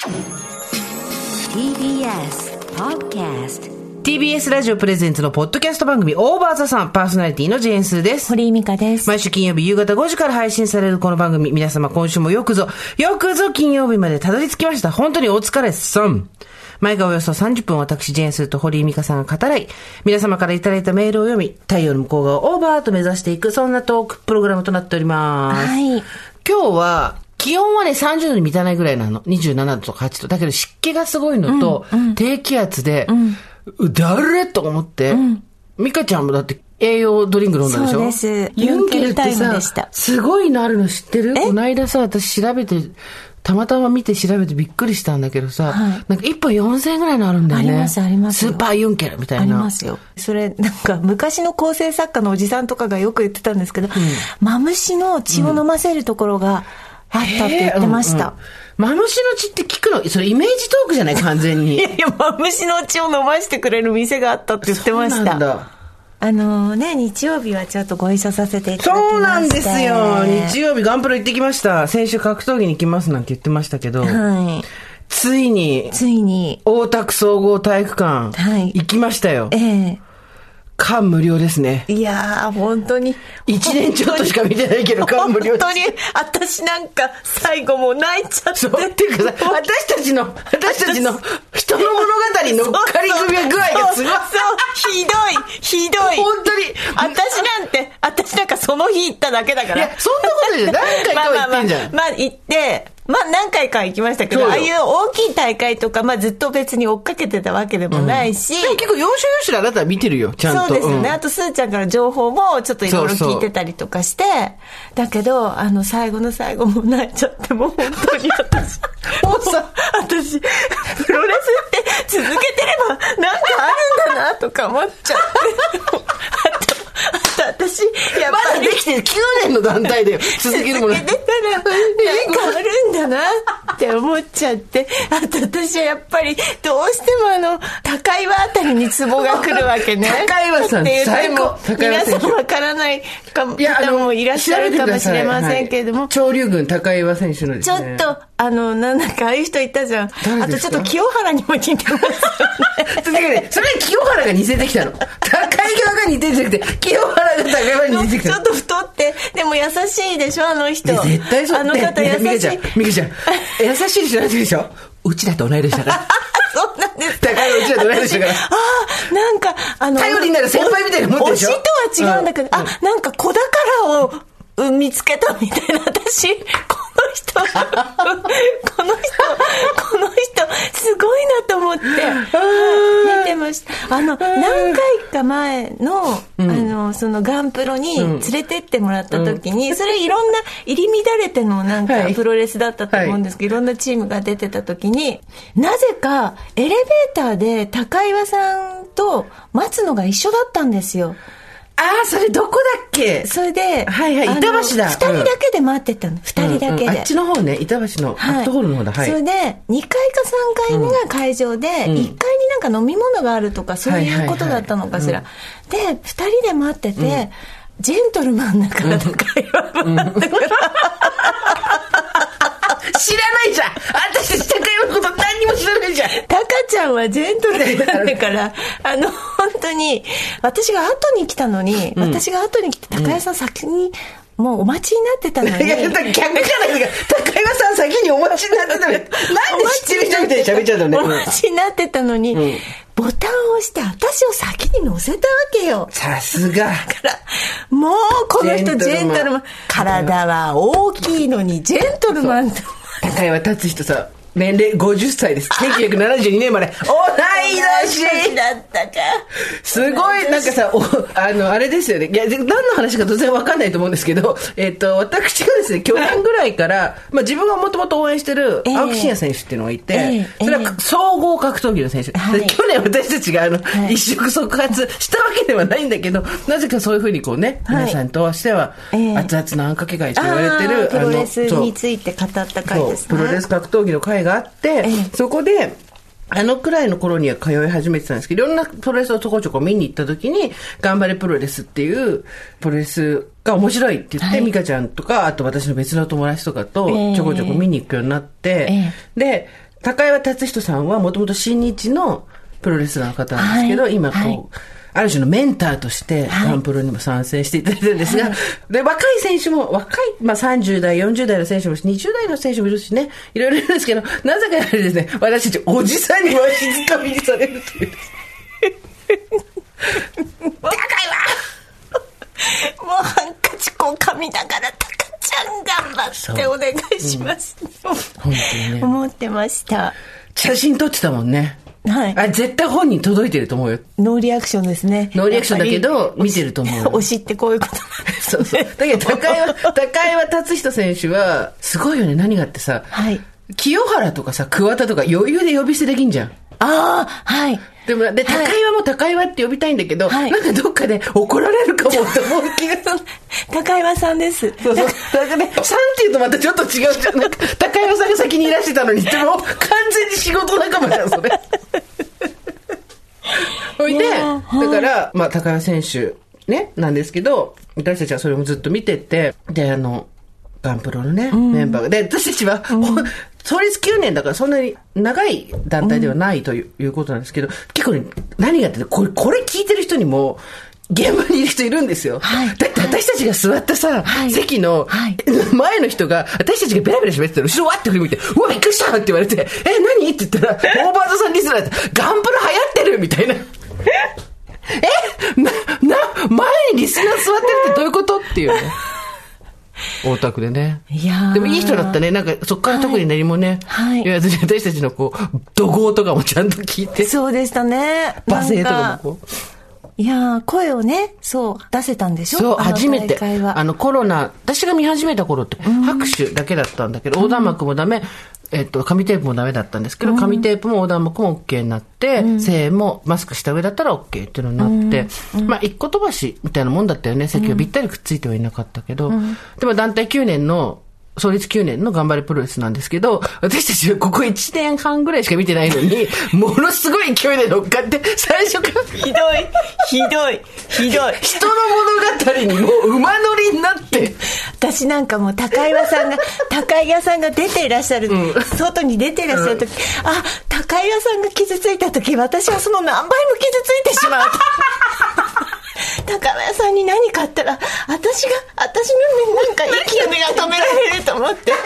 TBS Podcast TBS ラジオプレゼンツのポッドキャスト番組オーバーザさん、パーソナリティのジェーンスーです。 堀井美香です。 毎週金曜日夕方5時から配信されるこの番組、皆様今週もよくぞ金曜日までたどり着きました。本当にお疲れさん。毎回およそ30分私ジェーンスーと堀井美香さんが語らい、皆様からいただいたメールを読み、太陽の向こう側をオーバーと目指していく、そんなトークプログラムとなっております。 はい。 今日は気温はね30度に満たないぐらいなの。27度とか8度。だけど湿気がすごいのと、低気圧で、誰と思って、美香ちゃんもだって栄養ドリンク飲んだでしょ。 そうです。 ユンケルってさ、すごいのあるの知ってる？この間さ、私調べて、たまたま見て調べてびっくりしたんだけどさ、なんか1本4000円ぐらいのあるんだよね。 ありますあります。 スーパーユンケルみたいな。 ありますよ。それなんか昔の構成作家のおじさんとかがよく言ってたんですけど、マムシの血を飲ませるところがあったって言ってました。 マムシの血って聞くの、それイメージトークじゃない完全に。 いやいや、マムシの血を飲ませてくれる店があったって言ってました。 そうなんだ。 日曜日はちょっとご一緒させていただきまして。 そうなんですよ。日曜日ガンプロ行ってきました。先週格闘技に行きますなんて言ってましたけど、 はい、 ついに大田区総合体育館、行きましたよ。間無料ですね。 いやー、本当に。 1年ちょっとしか見てないけど、間無料です。 本当に、私なんか最後もう泣いちゃって。 そう、っていうかさ、私たちの人の物語のっかり組み具合がすごい。 そう、ひどい。 本当に。 私なんかその日行っただけだから。 いや、そんなことじゃ何回かは行ってんじゃん。 まあ行って、何回か行きましたけど、ああいう大きい大会とか、ずっと別に追っかけてたわけでもないし。 でも結構要所要所あなたは見てるよ、ちゃんと。 そうですよね。あと、すーちゃんから情報もちょっといろいろ聞いてたりとかして、だけど、最後の最後もう泣いちゃって、もう本当に私、プロレスって続けてればなんかあるんだなとか思っちゃって。私やっぱりまだできてる9年の団体で続けるもの続けてたらなんかあるんだなって思っちゃって、あと私はやっぱりどうしても高岩あたりにツボが来るわけね。 高岩さん最高。 皆さんわからない方もいらっしゃるかもしれませんけれども、 潮流軍高岩選手のですね、ちょっとなんだかああいう人いたじゃん。あとちょっと清原にも似てますよね。 それ清原が似せてきたの。高岩が似てるんじゃなくて清原が高岩に似てきたの。 ちょっと太ってでも優しいでしょ、あの人。 絶対そう。 あの方優しい。 美香ちゃん優しい人なんでしょ。うちだと同い年だからそうなんです。 高岩うちだと同い年だから。 なんか頼りになる先輩みたいなもんでしょ。 推しとは違うんだけど、なんか子宝を見つけたみたいな。私この人すごいなと思って見てました。何回か前の、そのガンプロに連れてってもらった時に、それいろんな入り乱れてのなんかプロレスだったと思うんですけど、いろんなチームが出てた時になぜかエレベーターで高岩さんと待つのが一緒だったんですよ。 それどこだっけ。 それで、 板橋だ。 2人だけで待ってたの。2人だけで。 あっちの方ね、板橋のアットホールの方だ。 それで、2階か3階が会場で、1階になんか飲み物があるとか、そういうことだったのかしら。で、2人で待ってて、ジェントルマンだから高岩分だったから。 知らないじゃん。私高岩のこと何にも知らないじゃん。 タカちゃんはジェントルマンだから本当に私が後に来たのに、私が後に来て高岩さん先にもうお待ちになってたのに。 いや、逆じゃないですか。高岩さん先にお待ちになってたのに。なんで知ってる人みたいに喋っちゃうのね。 お待ちになってたのに、ボタンを押して私を先に乗せたわけよ。 さすが。だから、もうこの人ジェントルマン。体は大きいのにジェントルマンと。 高岩達人さ、年齢50歳です。1972年まで。同い年だったか。 すごい、なんかさ、あれですよね。いや、何の話か当然わかんないと思うんですけど、私がですね、去年ぐらいから、自分がもともと応援してる青木真也選手っていうのがいて、それは総合格闘技の選手。去年私たちが一触即発したわけではないんだけど、なぜかそういうふうにこうね、皆さんとしては、熱々のあんかけ会と言われてる、 プロレスについて語った会ですね。 プロレス格闘技の会があって、そこで、くらいの頃には通い始めてたんですけど、いろんなプロレスをちょこちょこ見に行った時に、頑張れプロレスっていうプロレスが面白いって言って、美香ちゃんとか、あと私の別の友達とかとちょこちょこ見に行くようになって、で、 高岩達人さんはもともと新日のプロレスラーの方なんですけど、今ある種のメンターとしてガンプロにも参戦していただいてるんですが、で若い選手も30代40代の選手も20代の選手もいるしね、いろいろいるんですけど、なぜかやはりですね、私たちおじさんにわしづかみにされるという高いわもうハンカチこう噛みながらタカちゃん頑張ってお願いします、 本当にね思ってました。 写真撮ってたもんね。 はい。 あ、絶対本人届いてると思うよ。 ノーリアクションですね。 ノーリアクションだけど見てると思うよ。 推しってこういうことなんですそうそう。だけど高岩達人選手はすごいよね。何がってさ、 はい、 清原とかさ桑田とか余裕で呼び捨てできんじゃん。 ああ、はい。 でも高岩も高岩って呼びたいんだけど、はい、なんかどっかで怒られるかもって思う気がする。 高岩さんです。 そうそう。だからね、さんっていうとまたちょっと違うじゃん。なんか高岩さんが先にいらしてたのに、でも完全に仕事仲間じゃん、それ。ほいで、だから、高岩選手、ね、なんですけど、私たちはそれもずっと見てて、で、ガンプロのね、メンバーが。で、私たちは、創立9年だからそんなに長い団体ではないということなんですけど、結構ね、何があってこれ聞いてる人にも、現場にいる人いるんですよ。はい、だって私たちが座ったさ、はい、席の前の人が、私たちがベラベラ喋ってたら、後ろわって振り向いて、うわ、びっくりしたって言われて、何って言ったら、オーバードさんリスナーって、ガンプロ流行ってるみたいな。前にリスナー座ってるってどういうことっていうね。大田区でね。 いやでもいい人だったね。なんかそっから特に何もね。 はい。 いや私たちのこう怒号とかもちゃんと聞いて。 そうでしたね。 罵声とかもこう。 いや声をね、そう出せたんでしょ。 そう初めてコロナ私が見始めた頃って拍手だけだったんだけど、横断幕もダメ。紙テープもダメだったんですけど、紙テープも横断幕も OK になって、声援もマスクした上だったら OK っていうのになって、一個飛ばしみたいなもんだったよね。席はぴったりくっついてはいなかったけど、でも団体9年の創立9年の頑張れプロレスなんですけど、私たちはここ1年半ぐらいしか見てないのに、ものすごい勢いで乗っかって、最初からひどい人の物語にもう馬乗りになって、 私なんかもう高岩さんが出ていらっしゃる、外に出ていらっしゃる時、高岩さんが傷ついた時、私はその何倍も傷ついてしまう。高岩さんに何かあったら、私のなんか息が止められると思って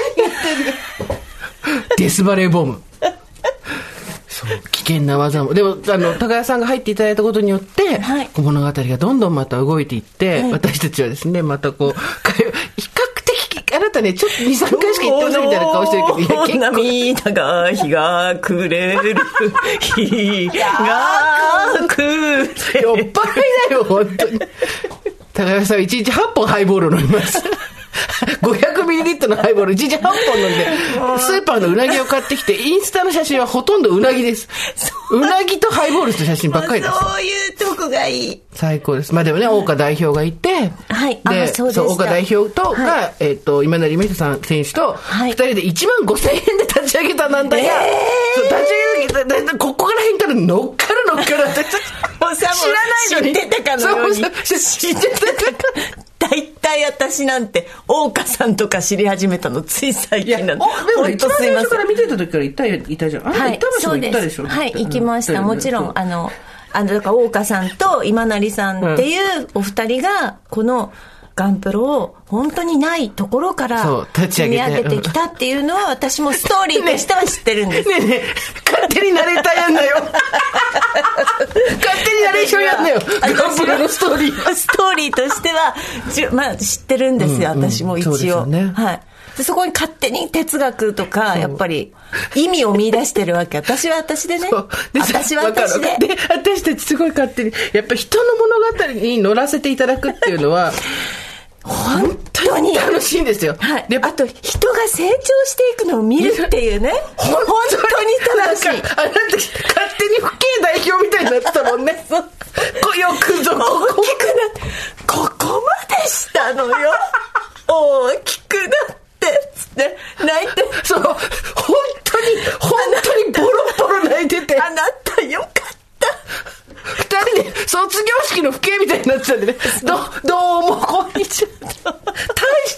デスバレーボム。そう危険な技もでも高岩さんが入っていただいたことによって、はい、物語がどんどんまた動いていって、はい、私たちはですねまたこう比較的あなたねちょっと 2,3 回しか言ってませんみたいな顔してるけど、いや結構涙が日が暮れる日が暮れる酔っ払いだよ本当に。高岩さんは1日8本ハイボール飲みます。500ml のハイボール1日8本飲んで、スーパーのうなぎを買ってきて、インスタの写真はほとんどうなぎです。うなぎとハイボールの写真ばっかりです。 そういうとこがいい。 最高です。でもね、大岡代表がいて、 はい、 で、 そうでした。 大岡代表とが、はい、今成美さん選手と、2人で15,000円で立ち上げた団体が、そう立ち上げた、ここら辺から乗っかる私たち。知らないのに。 知ってたかのように。 知ってたか。 大体私なんて大岡さんとか知り始めたのつい最近なんで。 でも一番最初から見てた時からいたじゃん。 はい、そうです。はい、行きました。もちろんだから大岡さんと今成さんっていうお二人がこのガンプロを本当にないところから積み上げてきたっていうのは私もストーリーとしては知ってるんです。 ね勝手にナレーターやんなよ。勝手にナレーションやんなよ。ガンプロのストーリー。 ストーリーとしては知ってるんですよ。私も一応。そうですよね。はい。そこに勝手に哲学とかやっぱり意味を見出してるわけ。私は私でね。私は私で。 で、私たちすごい勝手にやっぱ人の物語に乗らせていただくっていうのは。 本当に楽しいんですよ。 はい。で、あと人が成長していくのを見るっていうね。本当に楽しい。 あなた勝手に府警代表みたいになったもんね。よくぞ大きくなってここまでしたのよ。大きくなってつって泣いて。 そう本当にボロボロ泣いてて。 あなたよかった。 二人で卒業式の父兄みたいになってたんでね。どうもこんにちは。大し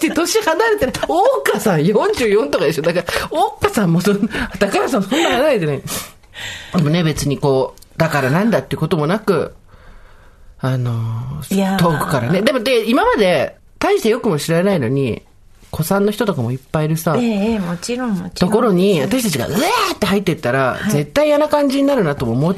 して年離れてない。大岡さん44とかでしょ。だから、大岡さんも高橋さんそんな離れてない。でもね、別にこう、だからなんだってこともなく、遠くからね。でも、今まで、大してよくも知らないのに、子さんの人とかもいっぱいいるさ、 もちろんところに、私たちが、うわーって入っていったら、絶対嫌な感じになるなとも思って、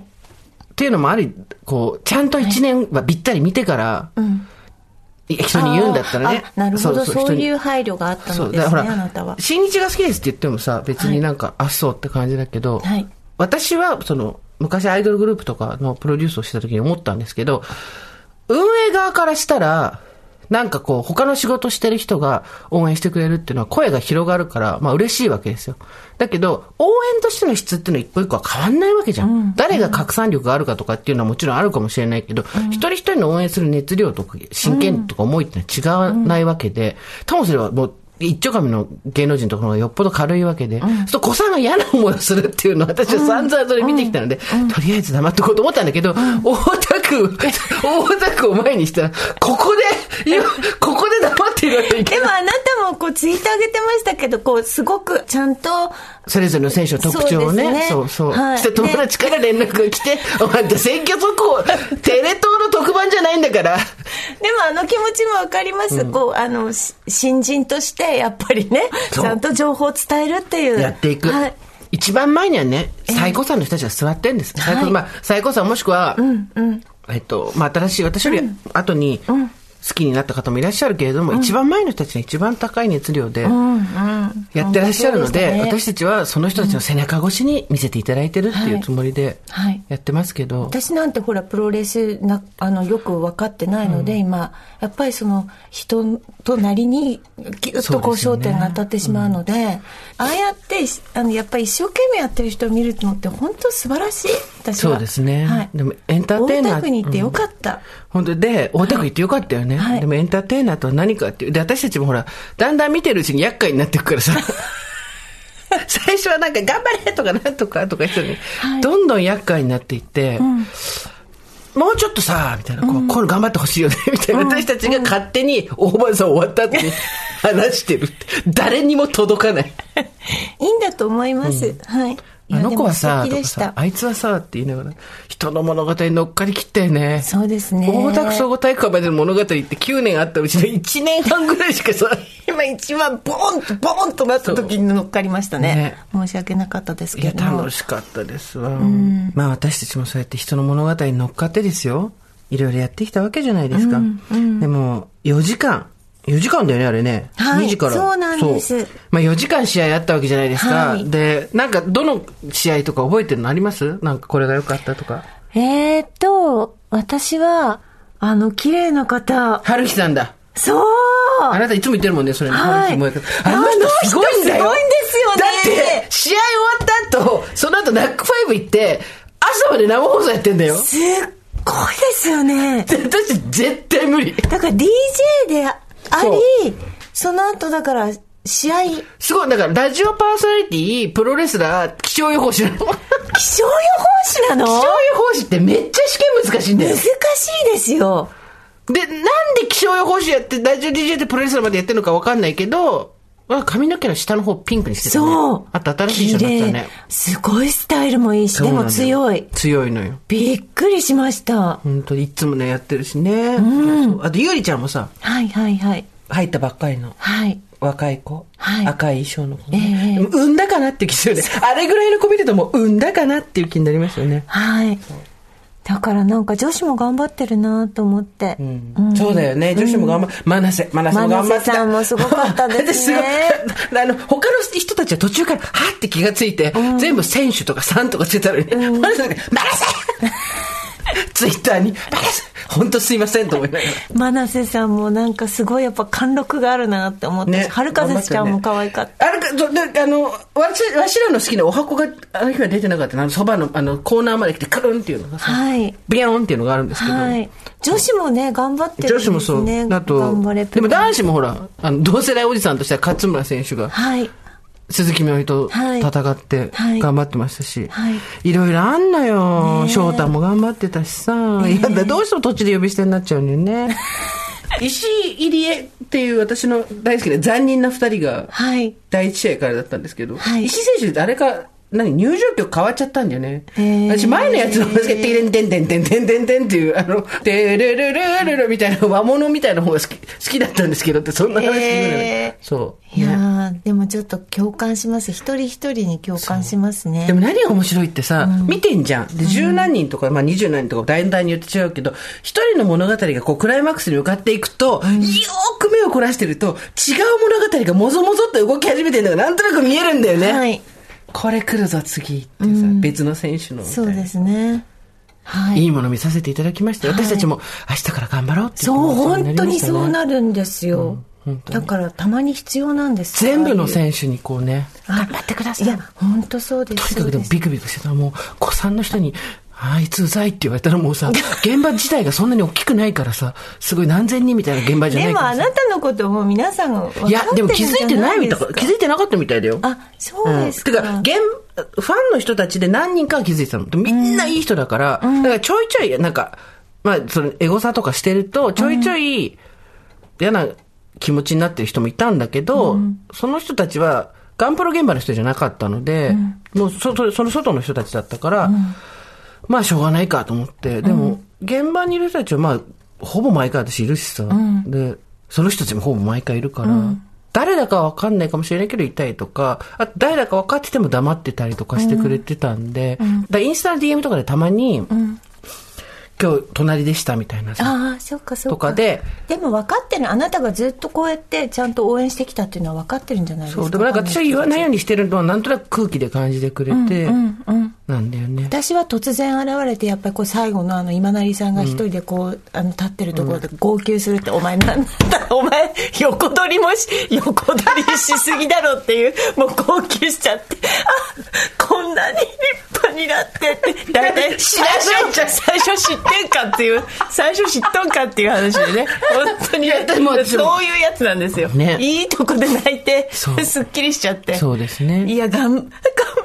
っていうのもあり、こう、ちゃんと1年はびったり見てから、人に言うんだったらね。 なるほど、そういう配慮があったのですね、あなたは。 新日が好きですって言ってもさ、別になんか、そうって感じだけど、私は、昔アイドルグループとかのプロデュースをした時に思ったんですけど、運営側からしたら、なんかこう、他の仕事してる人が応援してくれるっていうのは声が広がるから、まあ嬉しいわけですよ。だけど、応援としての質っていうのは一個一個は変わんないわけじゃん。誰が拡散力があるかとかっていうのはもちろんあるかもしれないけど、一人一人の応援する熱量とか、真剣とか思いっていうのは違わないわけで、ともすればもう、一丁紙の芸能人とかの方がよっぽど軽いわけで、そう子さんが嫌な思いをするっていうのを私は散々それ見てきたので、とりあえず黙ってこうと思ったんだけど、大田区を前にしたら、ここで黙っているわけいけない。 でもあなたもこうツイート上げてましたけど、こうすごくちゃんと、 それぞれの選手の特徴をね、そう。して友達から連絡が来て、お前選挙速報、テレ東の特番じゃないんだから。 でも気持ちもわかります。こう、新人として、やっぱりね、ちゃんと情報を伝えるっていう。 やっていく。一番前にはね、最高裁の人たちが座ってるんです。最高裁もしくは、新しい、私より後に、好きになった方もいらっしゃるけれども、一番前の人たちが一番高い熱量でやってらっしゃるので、私たちはその人たちの背中越しに見せていただいてるっていうつもりでやってますけど、 私なんてほらプロレスよく分かってないので、今やっぱりその人となりにギュッとこう焦点が当たってしまうので、ああやってやっぱり一生懸命やってる人を見るのって本当素晴らしい。私はそうですね、でもエンターテイナー、 大田区に行ってよかった、 本当で大田区行ってよかったよね、でもエンターテイナーとは何かっていうで、私たちもほらだんだん見てるうちに厄介になっていくからさ最初はなんか頑張れとかなんとかとか言ってたのに、どんどん厄介になっていって、もうちょっとさみたいな、これ頑張ってほしいよねみたいな、私たちが勝手に大場さん終わった後に話してるって誰にも届かないいいんだと思います、 あの子はさとかさ、あいつはさって言いながら人の物語に乗っかりきったよね。 そうですね。 大田区総合体育館までの物語って9年あったうちの1年半ぐらいしかさ今一番ボーンとなった時に乗っかりましたね。申し訳なかったですけど。 いや楽しかったですわ。まあ私たちもそうやって人の物語に乗っかってですよ、いろいろやってきたわけじゃないですか、でも4時間だよね、あれね。2時から。 そうなんです。 まあ4時間試合あったわけじゃないですか。で、なんかどの試合とか覚えてるのあります？なんかこれが良かったとか。 私は、綺麗な方。 春日さんだ。 そう。 あなたいつも言ってるもんね、それね。春日萌香。 あの人すごいんだよ。すごいんですよね。 だって、試合終わった後、その後ナックファイブ行って、朝まで生放送やってんだよ。 すっごいですよね。 私絶対無理。 だから DJ で、その後だから試合すごい、だからラジオパーソナリティ、プロレスラー、気象予報士なの。 気象予報士なの？ 気象予報士ってめっちゃ試験難しいんだよ。 難しいですよ。 で、なんで気象予報士やってラジオ DJ でプロレスラーまでやってるのか分かんないけど、髪の毛の下の方ピンクにしてたね。そう。あと新しい人だったね。 すごいスタイルもいいし、でも強い。 強いのよ。 びっくりしました。 本当にいつもねやってるしね。あとゆうりちゃんもさ。入ったばっかりの。若い子。赤い衣装の子ね。でも産んだかなって気するね。あれぐらいの子見てても産んだかなっていう気になりますよね。 だからなんか女子も頑張ってるなと思って、 そうだよね、女子も頑張って、真瀬も頑張ってた。 さんもすごかったですね。 他の人たちは途中からはって気がついて、全部選手とかさんとかしてたのに、真瀬ツイッターに本当すいませんと思いながら、 真瀬さんもなんかすごいやっぱ貫禄があるなって思って、春風ちゃんも可愛かった。 わしらの好きなお箱があの日は出てなかったな。そばのコーナーまで来てクルンっていうのがさ、ビヨンっていうのがあるんですけど、 女子もね頑張ってるんですね。 女子もそうだと。でも男子もほら同世代おじさんとしては勝村選手が鈴木みおりと戦って頑張ってましたし、いろいろあんのよ。翔太も頑張ってたしさ、いやどうしても途中で呼び捨てになっちゃうんだよね。 石井入江っていう私の大好きな残忍な2人が第1試合からだったんですけど、石井選手ってあれか入場曲変わっちゃったんだよね。私前のやつのテレンテンテンテンテンテンテンっていうテレレレレレみたいな和物みたいな方が好きだったんですけどって、そんな話聞くのそう。 いやでもちょっと共感します。一人一人に共感しますね。 でも何が面白いってさ、見てんじゃん。で、十何人とか、20何人とか大体によって違うけど、一人の物語がこうクライマックスに向かっていくと、よーく目を凝らしてると、違う物語がもぞもぞっと動き始めてるのがなんとなく見えるんだよね。はい。これ来るぞ次ってさ、別の選手のみたいな。そうですね。はい。いいもの見させていただきました。私たちも明日から頑張ろうっていう気持ちになりましたね。そう、本当にそうなるんですよ。だからたまに必要なんです。全部の選手にこうね、頑張ってください。いや、本当そうです。とにかくでもビクビクしてたらもう、子さんの人に、あいつうざいって言われたらもうさ、現場自体がそんなに大きくないからさ、すごい何千人みたいな現場じゃないからさ。でもあなたのことも皆さんが分かってるんじゃないですか。いや、でも気づいてないみたい。気づいてなかったみたいだよ。あ、そうですか。てか、ファンの人たちで何人かは気づいてたの。みんないい人だから、だからちょいちょい、そのエゴサとかしてると、ちょいちょい嫌な気持ちになってる人もいたんだけど、その人たちは、ガンプロ現場の人じゃなかったので、もうその外の人たちだったから、しょうがないかと思って。でも、現場にいる人たちはほぼ毎回私いるしさ。で、その人たちもほぼ毎回いるから、誰だかわかんないかもしれないけどいたりとか、あと誰だか分かってても黙ってたりとかしてくれてたんで、インスタの DM とかでたまに、今日隣でしたみたいなさ。ああ、そうかそうか。とかで。でも分かってる。あなたがずっとこうやってちゃんと応援してきたっていうのは分かってるんじゃないですか。そう。でも私は言わないようにしてるのはなんとなく空気で感じてくれて、なんだよね。私は突然現れて、やっぱりこう最後の今成さんが一人でこう、立ってるところで号泣するって、お前なんだ、お前横取りしすぎだろっていう、もう号泣しちゃって、こんなに立派になってって、だいたい最初知ってんかっていう、最初知っとんかっていう話でね、本当にそういうやつなんですよ。ね、いいとこで泣いて、すっきりしちゃって。そうですね。いや、頑張って、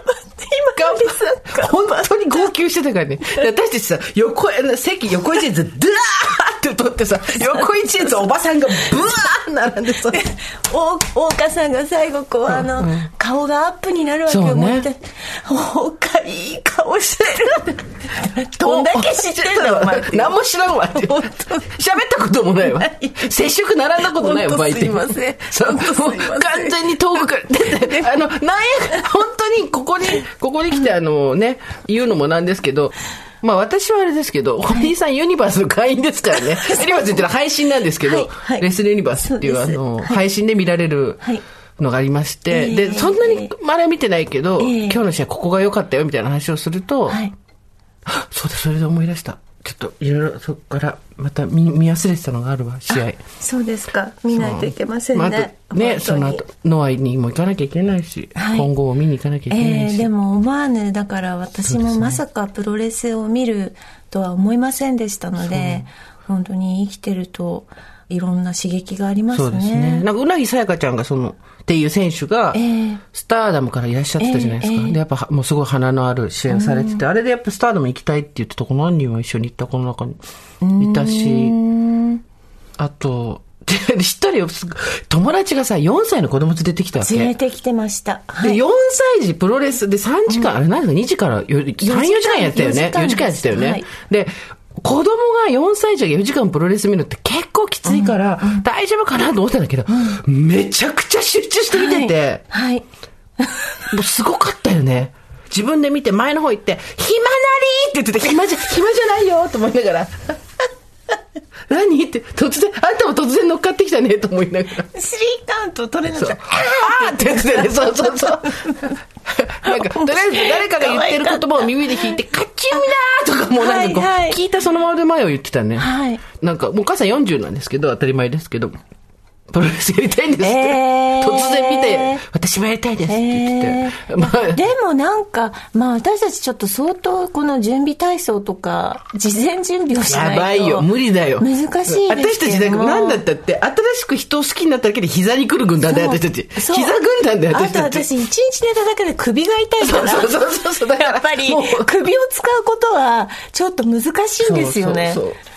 今本当に号泣してたからね。私たちさ、席横一列ドゥーって取ってさ、横一列おばさんがブワー並んでさ、大岡さんが最後こう顔がアップになるわけよ。ね、大岡いい顔してる。どんだけ知ってんだお前って。何も知らんわって。喋ったこともないわ。接触並んだことないわ、バイト。すいません。そう、完全に遠くから。なんや、本当にここに来て言うのもなんですけど、私はあれですけど、堀井さんユニバースの会員ですからね。ユニバースって言ったら配信なんですけど、レスルユニバースっていう配信で見られるのがありまして、で、そんなにあれは見てないけど、今日の試合ここが良かったよみたいな話をすると、そうだ、それで思い出した。ちょっといろいろそこからまた見忘れてたのがあるわ、試合。そうですか。見ないといけませんね。ね、その後ノアにも行かなきゃいけないし、今後を見に行かなきゃいけないし。でも思わぬ、だから私もまさかプロレスを見るとは思いませんでしたので、本当に生きてるといろんな刺激がありますね。そうですね。なんかうなぎさやかちゃんがっていう選手がスターダムからいらっしゃってたじゃないですか。でやっぱもうすごい花のある支援されてて、あれでやっぱスターダム行きたいって言ってた子何人は一緒に行った子の中にいたし、あと知ったりよ、友達がさ4歳の子供連れてきたわけ。連れてきてました。で4歳児プロレスで3時間、あれ何だか2時から3、4時間やったよね。4時間やってたよね。で子供が4歳児が4時間プロレス見るって結構きついから、大丈夫かなと思ったんだけど、めちゃくちゃ集中して見てて、もうすごかったよね。自分で見て前の方行って、暇なりって言ってて、暇じゃないよと思いながら。何って突然、あんたも突然乗っかってきたねと思いながら。3カウント取れなかった。あーって言っててね、そう。なんか、とりあえず誰かが言ってる言葉を耳で聞いて、カッチュミだーとかもうなんかこう、聞いたそのままで前を言ってたね。なんか、もうお母さん40なんですけど、当たり前ですけど、プロレスやりたいんですって。突然見て、私もやりたいですって言ってて。でもなんか、私たちちょっと相当この準備体操とか、事前準備をしないと。やばいよ、無理だよ。難しいですけど。私たちなんだったって、新しく人を好きになっただけで膝に来る軍団だよ、私たち。膝軍団だよ、私たち。あと私、1日寝ただけで首が痛いから。そう。だからやっぱり、首を使うことは、ちょっと難しいんですよね。そう。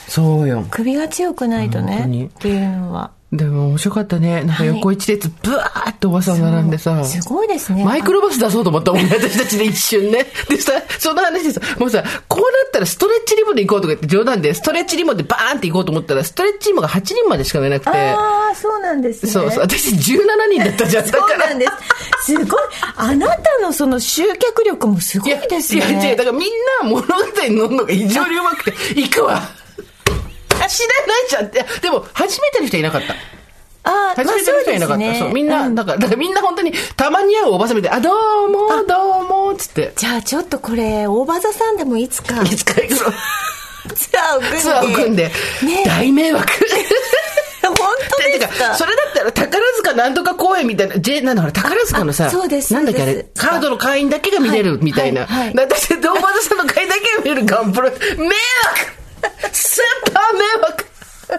そうよ。 首が強くないとね、っていうのは。 でも面白かったね。なんか横一列ブワーっておばさん並んでさ、 すごいですね。 マイクロバス出そうと思ったもんね、私たちで一瞬ね。でさ、その話でさ、もうさ、こうなったらストレッチリボンで行こうとか言って冗談で、ストレッチリボンでバーンって行こうと思ったら、ストレッチリボンが8人までしか寝なくて。 ああ、そうなんですね。 そうそう、私17人だったじゃん。だから。 そうなんです。すごい。あなたのその集客力もすごいですね。 違う。だからみんな物語に乗るのが異常にうまくて、行くわ。知らないじゃんって。でも、初めての人いなかった。初めての人いなかった。そう、みんな、だからみんな本当に、たまに会うおばさんみたいな、どうも、つって。 じゃあちょっとこれ、大場座さんでもいつか行くの。ツアーを組んで。 大迷惑。 本当ですか。 それだったら宝塚なんとか公演みたいな、なんだほら、宝塚のさ、 そうです。 なんだっけあれ、カードの会員だけが見れるみたいな。私、大場座さんの会だけが見れるガンプロ、迷惑スーパー迷惑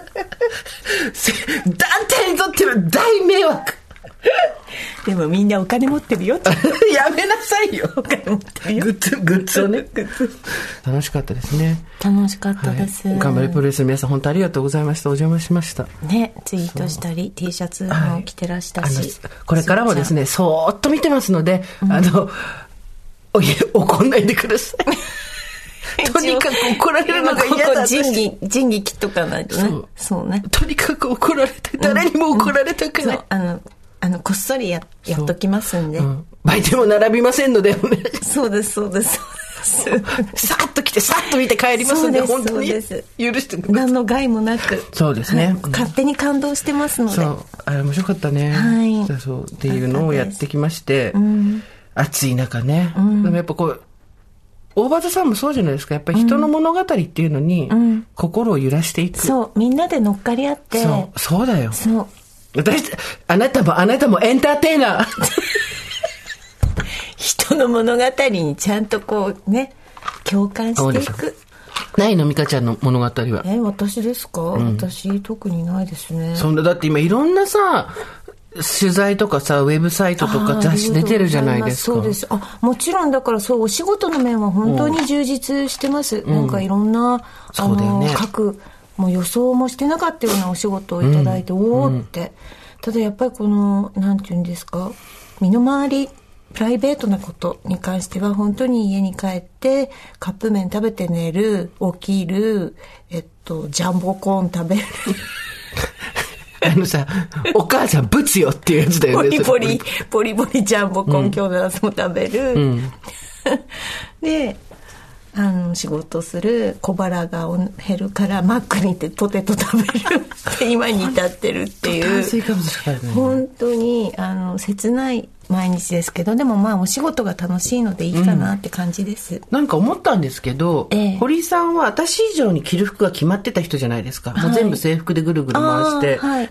団体にとっての大迷惑でもみんなお金持ってるよってやめなさいよ。 お金持ってるよ。 グッズをね。楽しかったですね。 楽しかったです。 頑張れプロレスの皆さん本当ありがとうございました。お邪魔しました。 ね、ツイートしたり T シャツも着てらしたし、 これからもですね、そーっと見てますので、怒んないでください。とにかく怒られるのが嫌だ。 仁義切っとかないとね。そうね。 とにかく怒られて、誰にも怒られたくない。 こっそりやっときますんで。 売店も並びませんので。 そうです。さっと来て、さっと見て帰りますんで、本当に許してください。 何の害もなく。 そうですね。 勝手に感動してますので。 そう。あれ面白かったね。 はい。 そう。っていうのをやってきまして、暑い中ね。でもやっぱこう、大場座さんもそうじゃないですか。やっぱり人の物語っていうのに、心を揺らしていく。 そう。みんなで乗っかり合って。 そうだよ。 そう。 あなたもエンターテイナー。 人の物語にちゃんとこうね、共感していく。 ないの、美香ちゃんの物語は。 私ですか？私特にないですね。 そんな、だって今いろんなさ、取材とかさ、ウェブサイトとか雑誌出てるじゃないですか。 そうです。もちろんだからそう、お仕事の面は本当に充実してます。なんかいろんな、各、もう予想もしてなかったようなお仕事をいただいて、おーって。ただやっぱりこの、なんていうんですか、身の回り、プライベートなことに関しては本当に家に帰ってカップ麺食べて寝る、起きる、ジャンボコーン食べる。 さ、お母さんブツよっていうやつだよね。 ボリボリジャンボコーン、今日の朝も食べる。で、仕事する、小腹が減るからマックに行ってポテト食べるって今に至ってるっていう。本当に切ない毎日ですけど、でもまあお仕事が楽しいのでいいかなって感じです。 なんか思ったんですけど、堀井さんは私以上に着る服が決まってた人じゃないですか。もう全部制服でぐるぐる回して、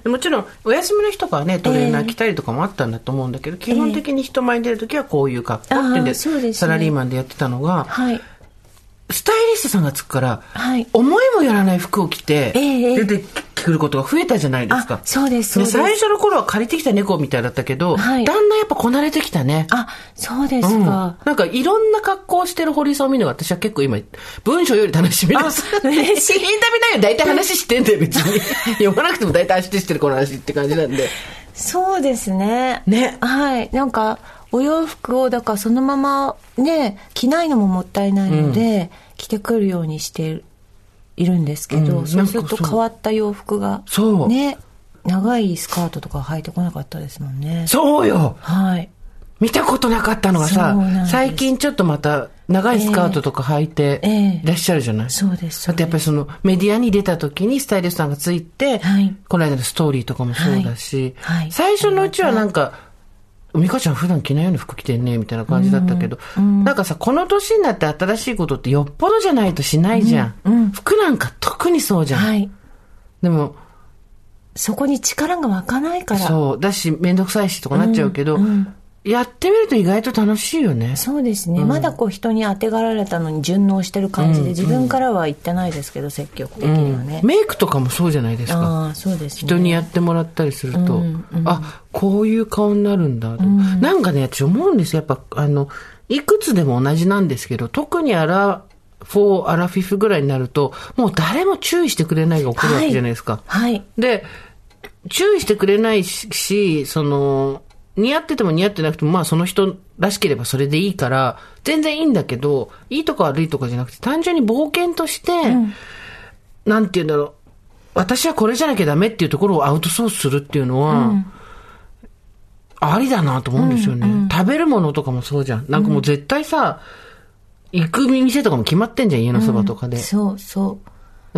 もちろんお休みの日とかはね、トレーナー着たりとかもあったんだと思うんだけど、基本的に人前に出るときはこういう格好ってんで、サラリーマンでやってたのが、スタイリストさんがつくから、思いもやらない服を着て、出てくることが増えたじゃないですか。 そうです。 最初の頃は借りてきた猫みたいだったけど、だんだんやっぱこなれてきたね。 そうですか。 なんかいろんな格好をしてる堀井さんを見るのが私は結構今、文章より楽しみです。 嬉しい。 インタビュー内容大体話してんだよ、別に。読まなくても大体してるこの話って感じなんで。 そうですね。なんか、お洋服をだからそのままね着ないのももったいないので、着てくるようにしているんですけど、そうすると変わった洋服がね、長いスカートとか履いてこなかったですもんね。 そうよ。見たことなかったのがさ、最近ちょっとまた長いスカートとか履いていらっしゃるじゃない。 そうです。 だってやっぱりそのメディアに出た時にスタイリストさんがついて、この間のストーリーとかもそうだし、最初のうちはなんか美香ちゃん普段着ないような服着てんねみたいな感じだったけど、なんかさ、この年になって新しいことってよっぽどじゃないとしないじゃん。服なんか特にそうじゃん。でもそこに力が湧かないから。 そうだし、めんどくさいしとかなっちゃうけど、やってみると意外と楽しいよね。 そうですね。まだこう人にあてがられたのに順応してる感じで、自分からは言ってないですけど、積極的にはね。 メイクとかもそうじゃないですか。 そうですね。 人にやってもらったりすると、こういう顔になるんだと。なんかね、私思うんですよ。やっぱいくつでも同じなんですけど、特にアラフ 4アラフィフぐらいになると、もう誰も注意してくれないが起こるわけじゃないですか。 はい。 で、注意してくれないし、似合ってても似合ってなくても、まあその人らしければそれでいいから、全然いいんだけど、いいとか悪いとかじゃなくて、単純に冒険として、なんて言うんだろう、私はこれじゃなきゃダメっていうところをアウトソースするっていうのは、ありだなと思うんですよね。食べるものとかもそうじゃん。なんかもう絶対さ、行く店とかも決まってんじゃん、家のそばとかで。 そうそう。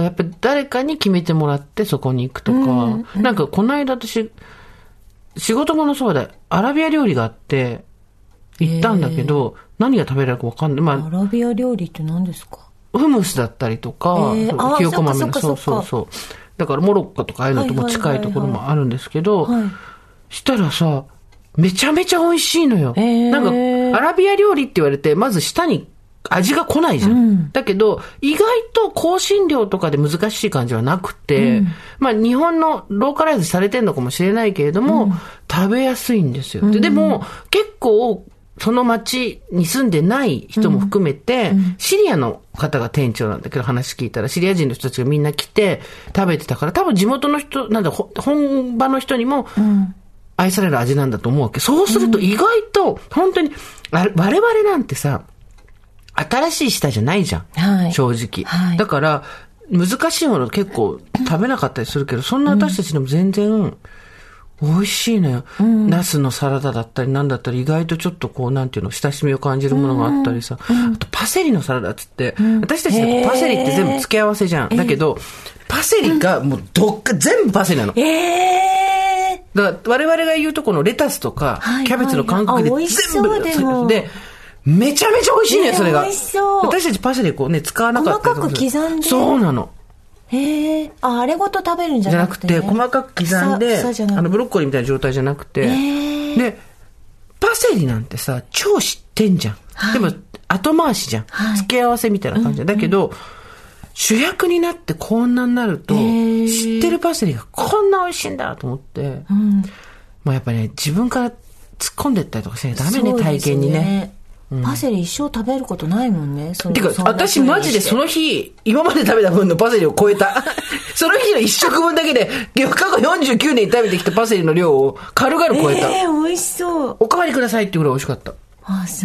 やっぱり誰かに決めてもらってそこに行くとか、なんかこの間私、仕事ものそうで、アラビア料理があって、行ったんだけど、何が食べられるか分かんない。まあ、 アラビア料理って何ですか？ フムスだったりとか、ひよこ豆の、そう。だからモロッコとかああいうのとも近いところもあるんですけど、したらさ、めちゃめちゃ美味しいのよ。なんか、アラビア料理って言われて、まず舌に味が来ないじゃん。だけど、意外と香辛料とかで難しい感じはなくて、まあ日本のローカライズされてるのかもしれないけれども、食べやすいんですよ。でも、結構、その町に住んでない人も含めて、シリアの方が店長なんだけど、話聞いたら、シリア人の人たちがみんな来て食べてたから、多分地元の人、なんだ、本場の人にも愛される味なんだと思うわけ。そうすると意外と、本当に、我々なんてさ、新しい舌じゃないじゃん。正直。だから、難しいもの結構食べなかったりするけど、そんな私たちでも全然、美味しいのよ。ナスのサラダだったりなんだったり、意外とちょっとこう、なんていうの、親しみを感じるものがあったりさ。あと、パセリのサラダっつって、私たちでパセリって全部付け合わせじゃん。だけど、パセリがもう全部パセリなの。だから我々が言うとこのレタスとか、キャベツの感覚で全部、で、めちゃめちゃ美味しいね、それが。私たちパセリこうね、使わなかったりとか。 細かく刻んで。 そうなの。 あれごと食べるんじゃなくて、ね、 じゃなくて、細かく刻んで、ブロッコリーみたいな状態じゃなくて、で、パセリなんてさ、超知ってんじゃん。でも、後回しじゃん。付け合わせみたいな感じだけど、主役になってこんなになると、知ってるパセリがこんな美味しいんだと思って、もうやっぱね、自分から突っ込んでったりとかしないとダメね、体験にね。 パセリ一生食べることないもんね。 てか、私マジでその日、今まで食べた分のパセリを超えた。その日の一食分だけで、過去49年食べてきたパセリの量を軽々超えた。 美味しそう。 おかわりくださいっていうぐらい美味しかった。 そう。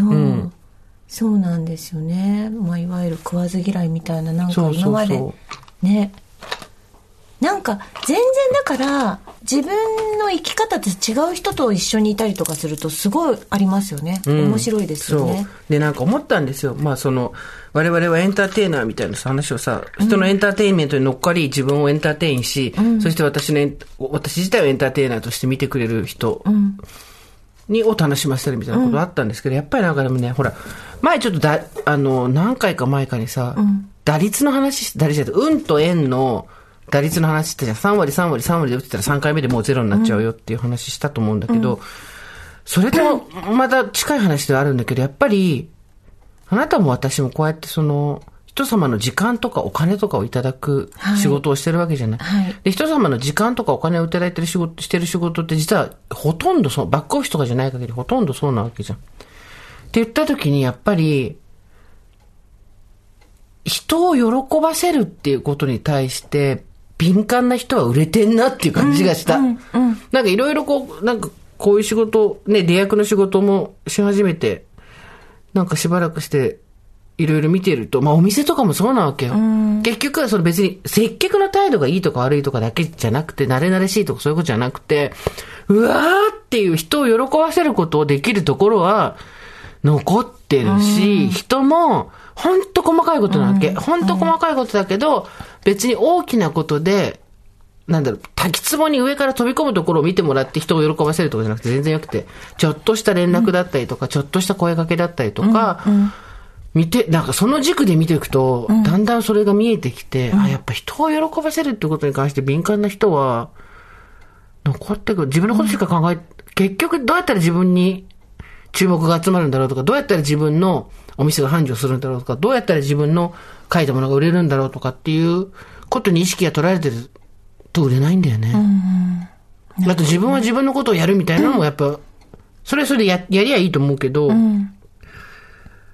そうなんですよね。まあ、いわゆる食わず嫌いみたいな、なんか今まで。ね。なんか、全然だから、自分の生き方と違う人と一緒にいたりとかするとすごいありますよね。面白いですよね。 そうで、なんか思ったんですよ。まあ我々はエンターテイナーみたいな話をさ、人のエンターテインメントに乗っかり自分をエンターテインし、そして私自体をエンターテイナーとして見てくれる人を楽しませるみたいなことあったんですけど、やっぱりなんかでもね、ほら、前ちょっと何回か前かにさ、打率の話、運と円の打率の話ってじゃん、3割で打ってたら3回目でもうゼロになっちゃうよっていう話したと思うんだけど、それとまた近い話ではあるんだけど、やっぱり、あなたも私もこうやって人様の時間とかお金とかをいただく仕事をしてるわけじゃない。で、人様の時間とかお金をいただいてるしてる仕事って実はほとんどバックオフィスとかじゃない限りほとんどそうなわけじゃん。って言った時にやっぱり、人を喜ばせるっていうことに対して、敏感な人は売れてんなっていう感じがした。なんかいろいろなんかこういう仕事、ね、出役の仕事もし始めて、なんかしばらくしていろいろ見てると、まあお店とかもそうなわけよ。結局は別に接客の態度がいいとか悪いとかだけじゃなくて、慣れ慣れしいとかそういうことじゃなくて、うわーっていう人を喜ばせることをできるところは残ってるし、人もほんと細かいことなわけ。ほんと細かいことだけど、別に大きなことで、滝壺に上から飛び込むところを見てもらって人を喜ばせるとかじゃなくて全然よくて、ちょっとした連絡だったりとか、ちょっとした声掛けだったりとか、なんかその軸で見ていくと、だんだんそれが見えてきて、やっぱ人を喜ばせるってことに関して敏感な人は、残ってくる。自分のことしか結局どうやったら自分に注目が集まるんだろうとか、どうやったら自分のお店が繁盛するんだろうとか、どうやったら自分の書いたものが売れるんだろうとかっていうことに意識が取られてると売れないんだよね。あと自分は自分のことをやるみたいなのもやっぱ、それはそれでやりゃいいと思うけど、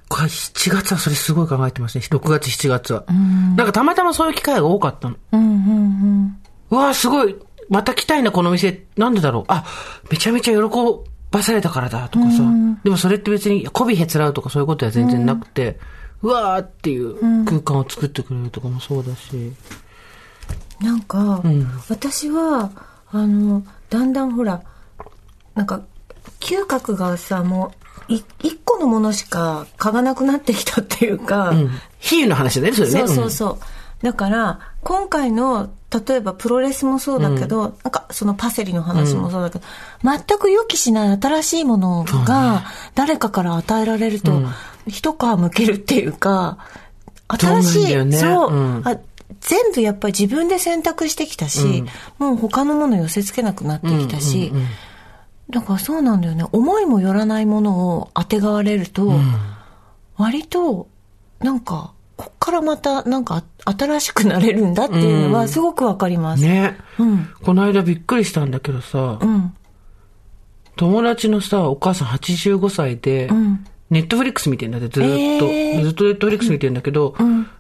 7月はそれすごい考えてますね。6月、7月は。なんかたまたまそういう機会が多かったの。うわーすごい。また来たいな、この店。なんでだろう。あ、めちゃめちゃ喜ばされたからだ、とかさ。でもそれって別に、媚びへつらうとかそういうことは全然なくて、うわーっていう空間を作ってくれるとかもそうだし。 なんか、私は、だんだんほら、なんか、嗅覚がさ、もう、一個のものしか嗅がなくなってきたっていうか。 比喩の話だね、それね。 そう。だから、今回の、例えばプロレスもそうだけど、なんかそのパセリの話もそうだけど、全く予期しない新しいものが誰かから与えられると、一皮むけるっていうか、新しい、全部やっぱり自分で選択してきたし、もう他のもの寄せ付けなくなってきたし、だからそうなんだよね。思いもよらないものをあてがわれると、割となんかこっからまたなんか新しくなれるんだっていうのはすごくわかります。 ね、この間びっくりしたんだけどさ、友達のさお母さん85歳で、ネットフリックス見てんだってずっとネットフリックス見てんだけど、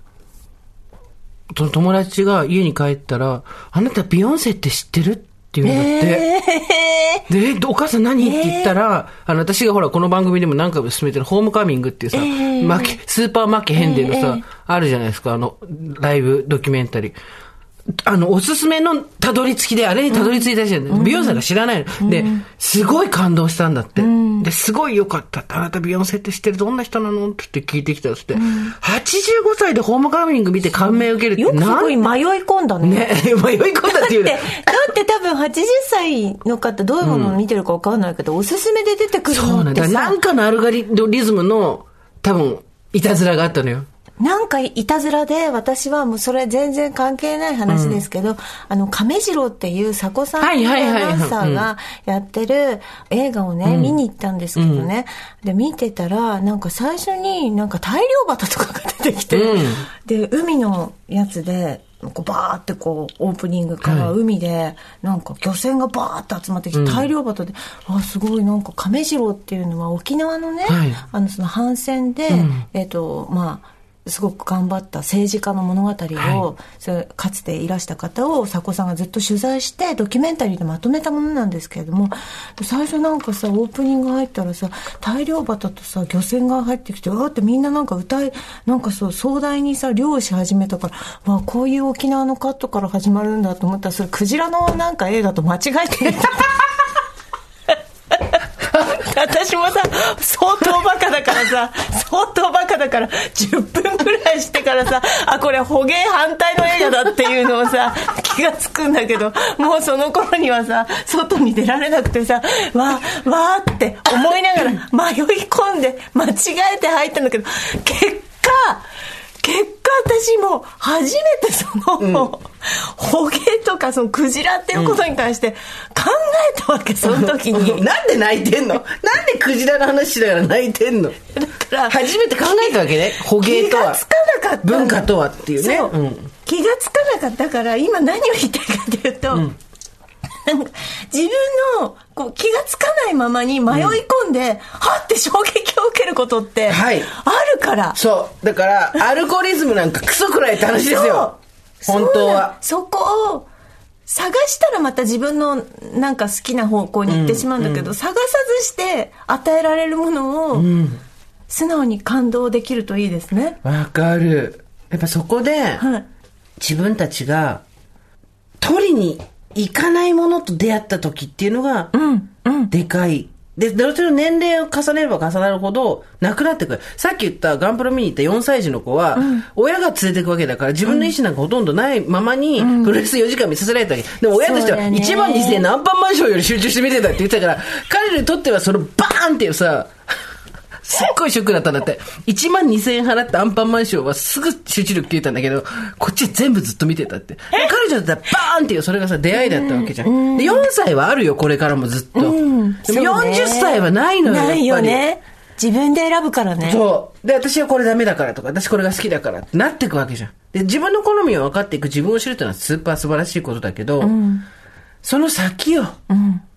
その友達が家に帰ったら、あなたビヨンセって知ってるって言うんだって。で、お母さん何って言ったら、私がほら、この番組でも何回も進めてるホームカミングっていうさ、スーパーマケヘンデのさ、あるじゃないですか、ライブドキュメンタリー。おすすめのたどり着きで、あれにたどり着いたじゃん。ビヨンセが知らないの。で、すごい感動したんだって。で、すごい良かったって。あなたビヨンセって知ってるどんな人なのって聞いてきたって。85歳でホームカミング見て感銘を受けるって。 よくすごい迷い込んだね。 迷い込んだっていう。 だって多分80歳の方どういうものを見てるか分かんないけど、おすすめで出てくるのってさ。 そうなんかのアルゴリズムの多分、いたずらがあったのよ。 なんかいたずらで、私はもうそれ全然関係ない話ですけど、亀次郎っていう佐古さんのアナウンサーがやってる映画をね、見に行ったんですけどね。で、見てたら、なんか最初になんか大漁旗とかが出てきて、で、海のやつで、こうバーってこうオープニングから海でなんか漁船がバーって集まってきて大漁旗で、すごいなんか亀次郎っていうのは沖縄のね、その反戦で、すごく頑張った政治家の物語を、かつていらした方を佐古さんがずっと取材してドキュメンタリーでまとめたものなんですけれども、最初なんかさオープニング入ったらさ大漁旗とさ漁船が入ってきて、わーってみんななんかなんかそう壮大にさ漁をし始めたから、こういう沖縄のカットから始まるんだと思ったら、それクジラのなんか映画と間違えて私もさ相当バカだから10分ぐらいしてからさ、これ捕鯨反対の映画だっていうのをさ気がつくんだけど、もうその頃にはさ外に出られなくてさ、わーって思いながら迷い込んで間違えて入ったんだけど、結果私も初めてその、捕鯨とかそのクジラっていうことに関して考えたわけ、その時に。 なんで泣いてんの？なんでクジラの話しながら泣いてんの？だから初めて考えたわけね。捕鯨とは。 気がつかなかった。 文化とはっていうね。 気がつかなかったから、今何を言いたいかというと、なんか自分のこう気がつかないままに迷い込んで、はって衝撃を受けることってあるから、 そうだからアルゴリズムなんかクソくらいって話ですよ。本当はそこを探したらまた自分のなんか好きな方向に行ってしまうんだけど、探さずして与えられるものを素直に感動できるといいですね。 わかる。やっぱそこで、自分たちが取りに行かないものと出会った時っていうのがでかい。で、どうしても年齢を重ねれば重なるほどなくなってくる。さっき言ったガンプロ見に行った4歳児の子は、親が連れていくわけだから自分の意思なんかほとんどないままにプロレス4時間見させられたわけ。でも親としては1万2000円のアンパンマンションより集中して見てたって言ってたから、彼にとってはそのバーンっていうさ、すっごいショックだったんだって。1万2000円払ったアンパンマンションはすぐ集中力切れたんだけど、こっち全部ずっと見てたって。彼女だったらバーンっていう、それがさ出会いだったわけじゃん。で4歳はあるよこれからもずっと。でも40歳はないのよ。 ないよね。自分で選ぶからね。 そうで、私はこれダメだからとか、私これが好きだからってなっていくわけじゃん。で自分の好みを分かっていく、自分を知るっていうのはスーパー素晴らしいことだけど、その先よ、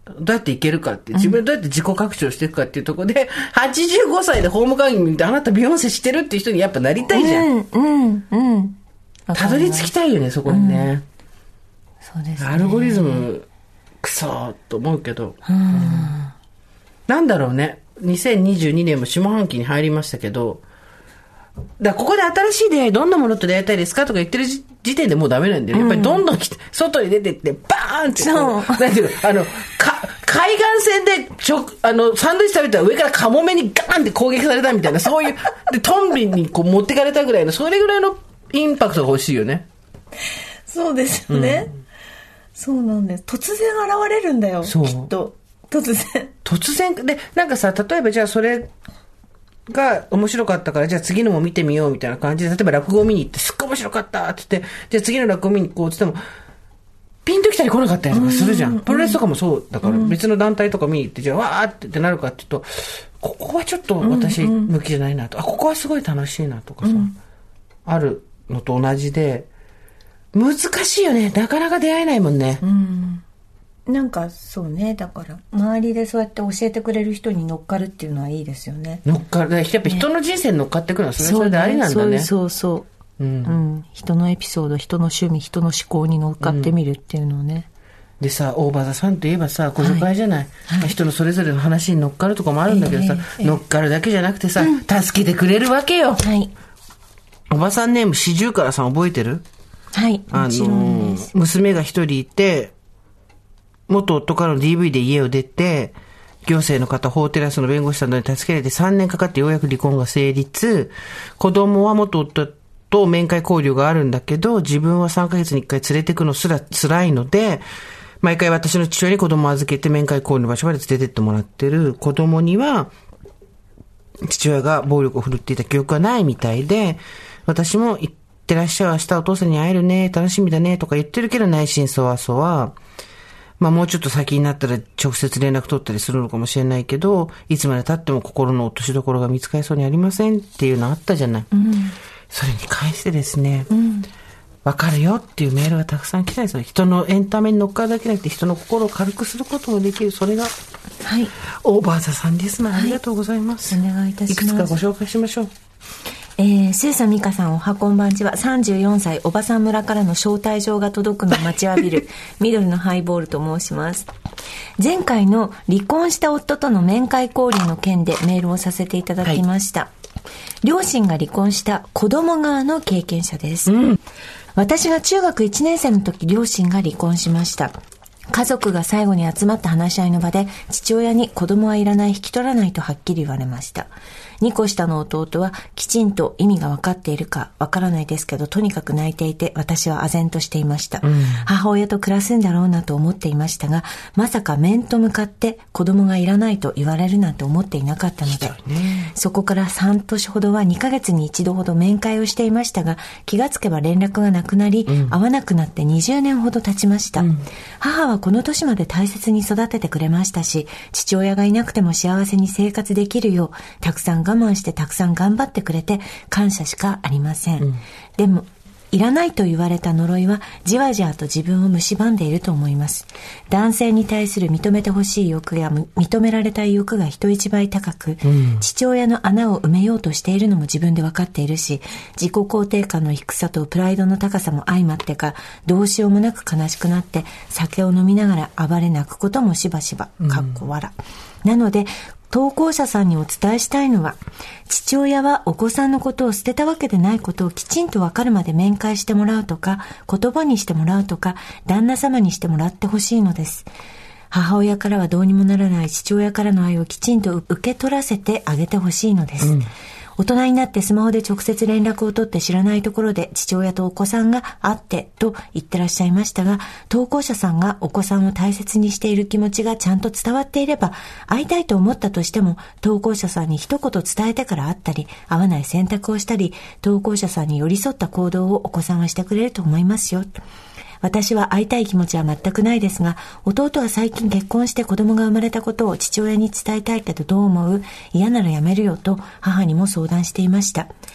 どうやっていけるかって、自分どうやって自己拡張していくかっていうところで、85歳でホーム会議見て、あなたビヨンセしてるっていう人にやっぱなりたいじゃん。たどり着きたいよね、そこにね。 そうですね。 アルゴリズム、クソーと思うけど。なんだろうね。2022年も下半期に入りましたけど、だからここで新しい出会い、どんなものと出会いたいですかとか言ってる時点でもうダメなんだよ。やっぱりどんどん外に出てって、バーンって。そう。なんていうの、海岸線でサンドイッチ食べたら上からカモメにガーンって攻撃されたみたいな、そういう、で、トンビにこう持ってかれたぐらいの、それぐらいのインパクトが欲しいよね。 そうですよね。そうなんです。突然現れるんだよ。そう。きっと。突然。で、なんかさ、例えばじゃあそれが面白かったから、じゃあ次のも見てみようみたいな感じで、例えば落語を見に行って、すっごい面白かったって言って、じゃあ次の落語見に行こうって言っても、ピンときたり来なかったりとかするじゃん。プロレスとかもそうだから、別の団体とか見に行って、じゃあわーってなるかって言うと、ここはちょっと私向きじゃないなと。ここはすごい楽しいなとかさ、あるのと同じで、難しいよね。なかなか出会えないもんね。 なんかそうね、だから周りでそうやって教えてくれる人に乗っかるっていうのはいいですよね。 乗っかる。やっぱ人の人生に乗っかっていくのはそれでありなんだね。 そう、人のエピソード、人の趣味、人の思考に乗っかってみるっていうのをね。 でさ、大場さんといえばさ、ご助会じゃない、人のそれぞれの話に乗っかるとかもあるんだけどさ、乗っかるだけじゃなくてさ、助けてくれるわけよ。おばさんネーム四十からさん覚えてる？ はい、もちろんです。 娘が一人いて、元夫からの DV で家を出て、行政の方、法テラスの弁護士さんに助けられて3年かかってようやく離婚が成立。子供は元夫と面会交流があるんだけど、自分は3ヶ月に1回連れてくのすら辛いので、毎回私の父親に子供を預けて面会交流の場所まで連れてってもらってる。子供には、父親が暴力を振るっていた記憶はないみたいで、私も行ってらっしゃい、明日お父さんに会えるね、楽しみだね、とか言ってるけど内心そわそわ。まあもうちょっと先になったら直接連絡取ったりするのかもしれないけど、いつまで経っても心の落としどころが見つかりそうにありませんっていうのあったじゃない。それに関してですね、わかるよっていうメールがたくさん来たんですよ。人のエンタメに乗っかるだけじゃなくて人の心を軽くすることもできる。それが、オーバーザさんです。ありがとうございます。 お願いいたします。 いくつかご紹介しましょう。 スーサミカさん、おはこんばんちは。34歳おばさん村からの招待状が届くのを待ちわびる緑のハイボールと申します。前回の離婚した夫との面会交流の件でメールをさせていただきました。両親が離婚した子供側の経験者です。私が中学1年生の時、両親が離婚しました。家族が最後に集まった話し合いの場で、父親に子供はいらない、引き取らないとはっきり言われました。2個下の弟はきちんと意味が分かっているか分からないですけど、とにかく泣いていて、私は唖然としていました。母親と暮らすんだろうなと思っていましたが、まさか面と向かって子供がいらないと言われるなんて思っていなかったので、そこから3年ほどは2ヶ月に1度ほど面会をしていましたが、気がつけば連絡がなくなり、会わなくなって20年ほど経ちました。母はこの年まで大切に育ててくれましたし、父親がいなくても幸せに生活できるよう、たくさん我慢してたくさん頑張ってくれて感謝しかありません。でもいらないと言われた呪いはじわじわと自分を蝕んでいると思います。男性に対する認めてほしい欲や認められたい欲が人一倍高く、父親の穴を埋めようとしているのも自分で分かっているし、自己肯定感の低さとプライドの高さも相まってか、どうしようもなく悲しくなって酒を飲みながら暴れ泣くこともしばしばかっこ笑。なので投稿者さんにお伝えしたいのは、父親はお子さんのことを捨てたわけでないことをきちんとわかるまで面会してもらうとか、言葉にしてもらうとか、旦那様にしてもらってほしいのです。母親からはどうにもならない父親からの愛をきちんと受け取らせてあげてほしいのです。大人になってスマホで直接連絡を取って知らないところで父親とお子さんが会ってと言ってらっしゃいましたが、投稿者さんがお子さんを大切にしている気持ちがちゃんと伝わっていれば、会いたいと思ったとしても投稿者さんに一言伝えてから会ったり、会わない選択をしたり、投稿者さんに寄り添った行動をお子さんはしてくれると思いますよ。私は会いたい気持ちは全くないですが、弟は最近結婚して子供が生まれたことを父親に伝えたいけどどう思う？嫌ならやめるよと母にも相談していました。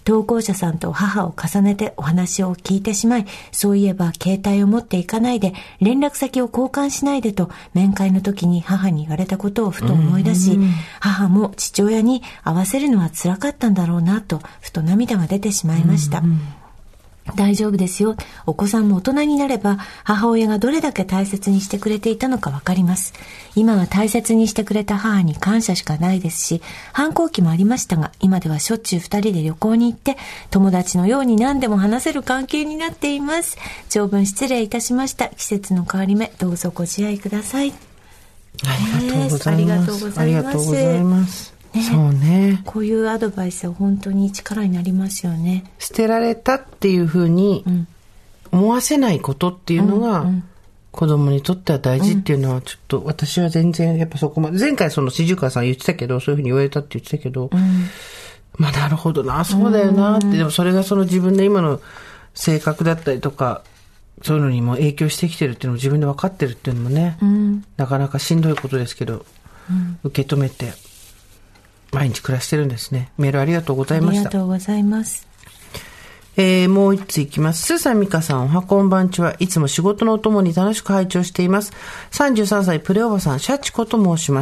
投稿者さんと母を重ねてお話を聞いてしまい、そういえば携帯を持っていかないで、連絡先を交換しないでと面会の時に母に言われたことをふと思い出し、母も父親に会わせるのは辛かったんだろうなと、ふと涙が出てしまいました。大丈夫ですよ。お子さんも大人になれば母親がどれだけ大切にしてくれていたのかわかります。今は大切にしてくれた母に感謝しかないですし、反抗期もありましたが、今ではしょっちゅう二人で旅行に行って友達のように何でも話せる関係になっています。長文失礼いたしました。季節の変わり目、どうぞご自愛ください。 ありがとうございます。ありがとうございます。そうね、 こういうアドバイスは本当に力になりますよね。 捨てられたっていうふうに思わせないことっていうのが子供にとっては大事っていうのは、ちょっと私は全然やっぱそこまで、前回その四十川さん言ってたけど、そういうふうに言われたって言ってたけど、まあなるほどな、そうだよなって、でもそれがその自分の今の性格だったりとかそういうのにも影響してきてるっていうのも自分で分かってるっていうのもね、なかなかしんどいことですけど、受け止めて毎日暮らしてるんですね。メールありがとうございました。 ありがとうございます。 もう一ついきます。スーさん、ミカさん、おはこんばんちは。いつも仕事のお供に楽しく拝聴しています。33歳プレおばさん、シャチコと申します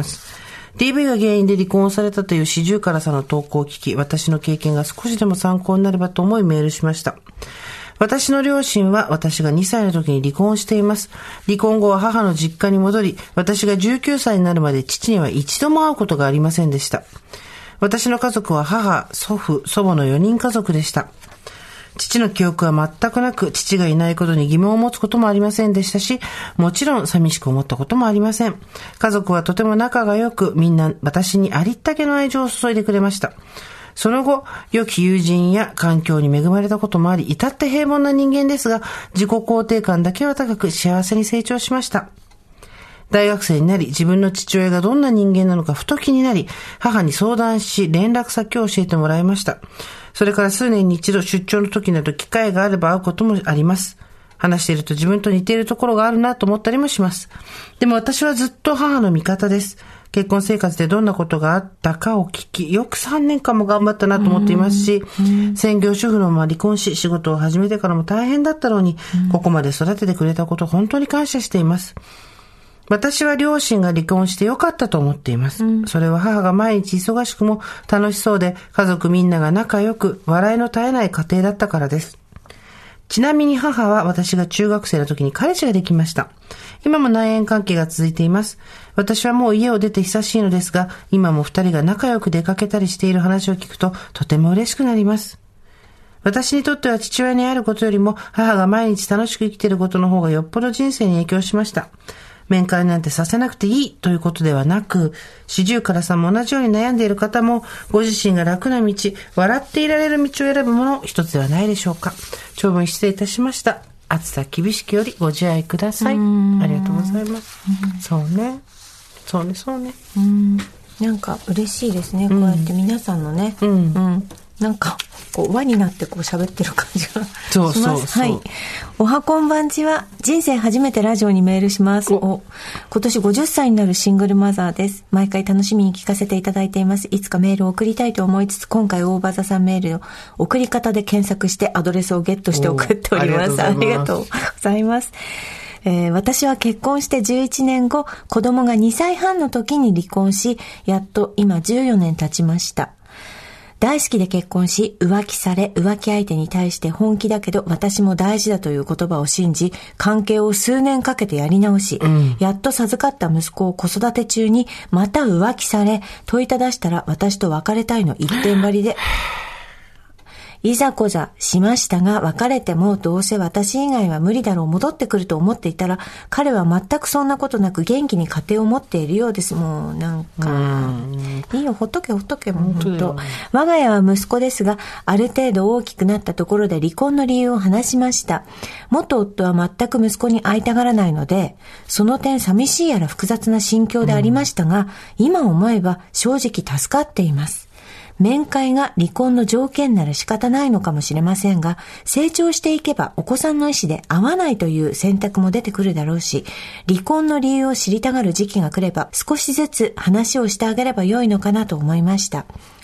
。DV が原因で離婚をされたという四十からさんの投稿を聞き、私の経験が少しでも参考になればと思いメールしました。私の両親は私が2歳の時に離婚しています。離婚後は母の実家に戻り、私が19歳になるまで父には一度も会うことがありませんでした。私の家族は母、祖父、祖母の4人家族でした。父の記憶は全くなく、父がいないことに疑問を持つこともありませんでしたし、もちろん寂しく思ったこともありません。家族はとても仲が良く、みんな私にありったけの愛情を注いでくれました。その後、良き友人や環境に恵まれたこともあり、至って平凡な人間ですが、自己肯定感だけは高く幸せに成長しました。大学生になり、自分の父親がどんな人間なのかふと気になり、母に相談し、連絡先を教えてもらいました。それから数年に一度出張の時など機会があれば会うこともあります。話していると自分と似ているところがあるなと思ったりもします。でも私はずっと母の味方です。結婚生活でどんなことがあったかを聞き、よく3年間も頑張ったなと思っていますし、専業主婦のまま離婚し、仕事を始めてからも大変だったのに、ここまで育ててくれたこと、本当に感謝しています。私は両親が離婚してよかったと思っています。それは母が毎日忙しくも楽しそうで、家族みんなが仲良く、笑いの絶えない家庭だったからです。ちなみに母は私が中学生の時に彼氏ができました。今も内縁関係が続いています。私はもう家を出て久しいのですが、今も二人が仲良く出かけたりしている話を聞くととても嬉しくなります。私にとっては父親に会えることよりも母が毎日楽しく生きていることの方がよっぽど人生に影響しました。面会なんてさせなくていいということではなく、四十からさんも同じように悩んでいる方も、ご自身が楽な道、笑っていられる道を選ぶもの一つではないでしょうか。長文失礼いたしました。暑さ厳しきよりご自愛ください。ありがとうございます。そうね。そうね、そうね。 なんか嬉しいですね。こうやって皆さんのね。なんかこう輪になってこう喋ってる感じがします。 そうそうそう。 はい。おはこんばんちは。人生初めてラジオにメールします。今年50歳になるシングルマザーです。毎回楽しみに聞かせていただいています。いつかメールを送りたいと思いつつ、今回大場座さんメールを送り方で検索してアドレスをゲットして送っております。ありがとうございます。私は結婚して11年後、子供が2歳半の時に離婚し、やっと今14年経ちました。大好きで結婚し、浮気され、浮気相手に対して本気だけど私も大事だという言葉を信じ、関係を数年かけてやり直し、やっと授かった息子を子育て中にまた浮気され、問いただしたら私と別れたいの一点張りで、いざこざしましたが、別れてもどうせ私以外は無理だろう、戻ってくると思っていたら、彼は全くそんなことなく元気に家庭を持っているようです。もうなんかいいよ、ほっとけほっとけ。もう本当。我が家は息子ですが、ある程度大きくなったところで離婚の理由を話しました。元夫は全く息子に会いたがらないので、その点寂しいやら複雑な心境でありましたが、今思えば正直助かっています。面会が離婚の条件なら仕方ないのかもしれませんが、成長していけばお子さんの意思で会わないという選択も出てくるだろうし、離婚の理由を知りたがる時期が来れば少しずつ話をしてあげれば良いのかなと思いました。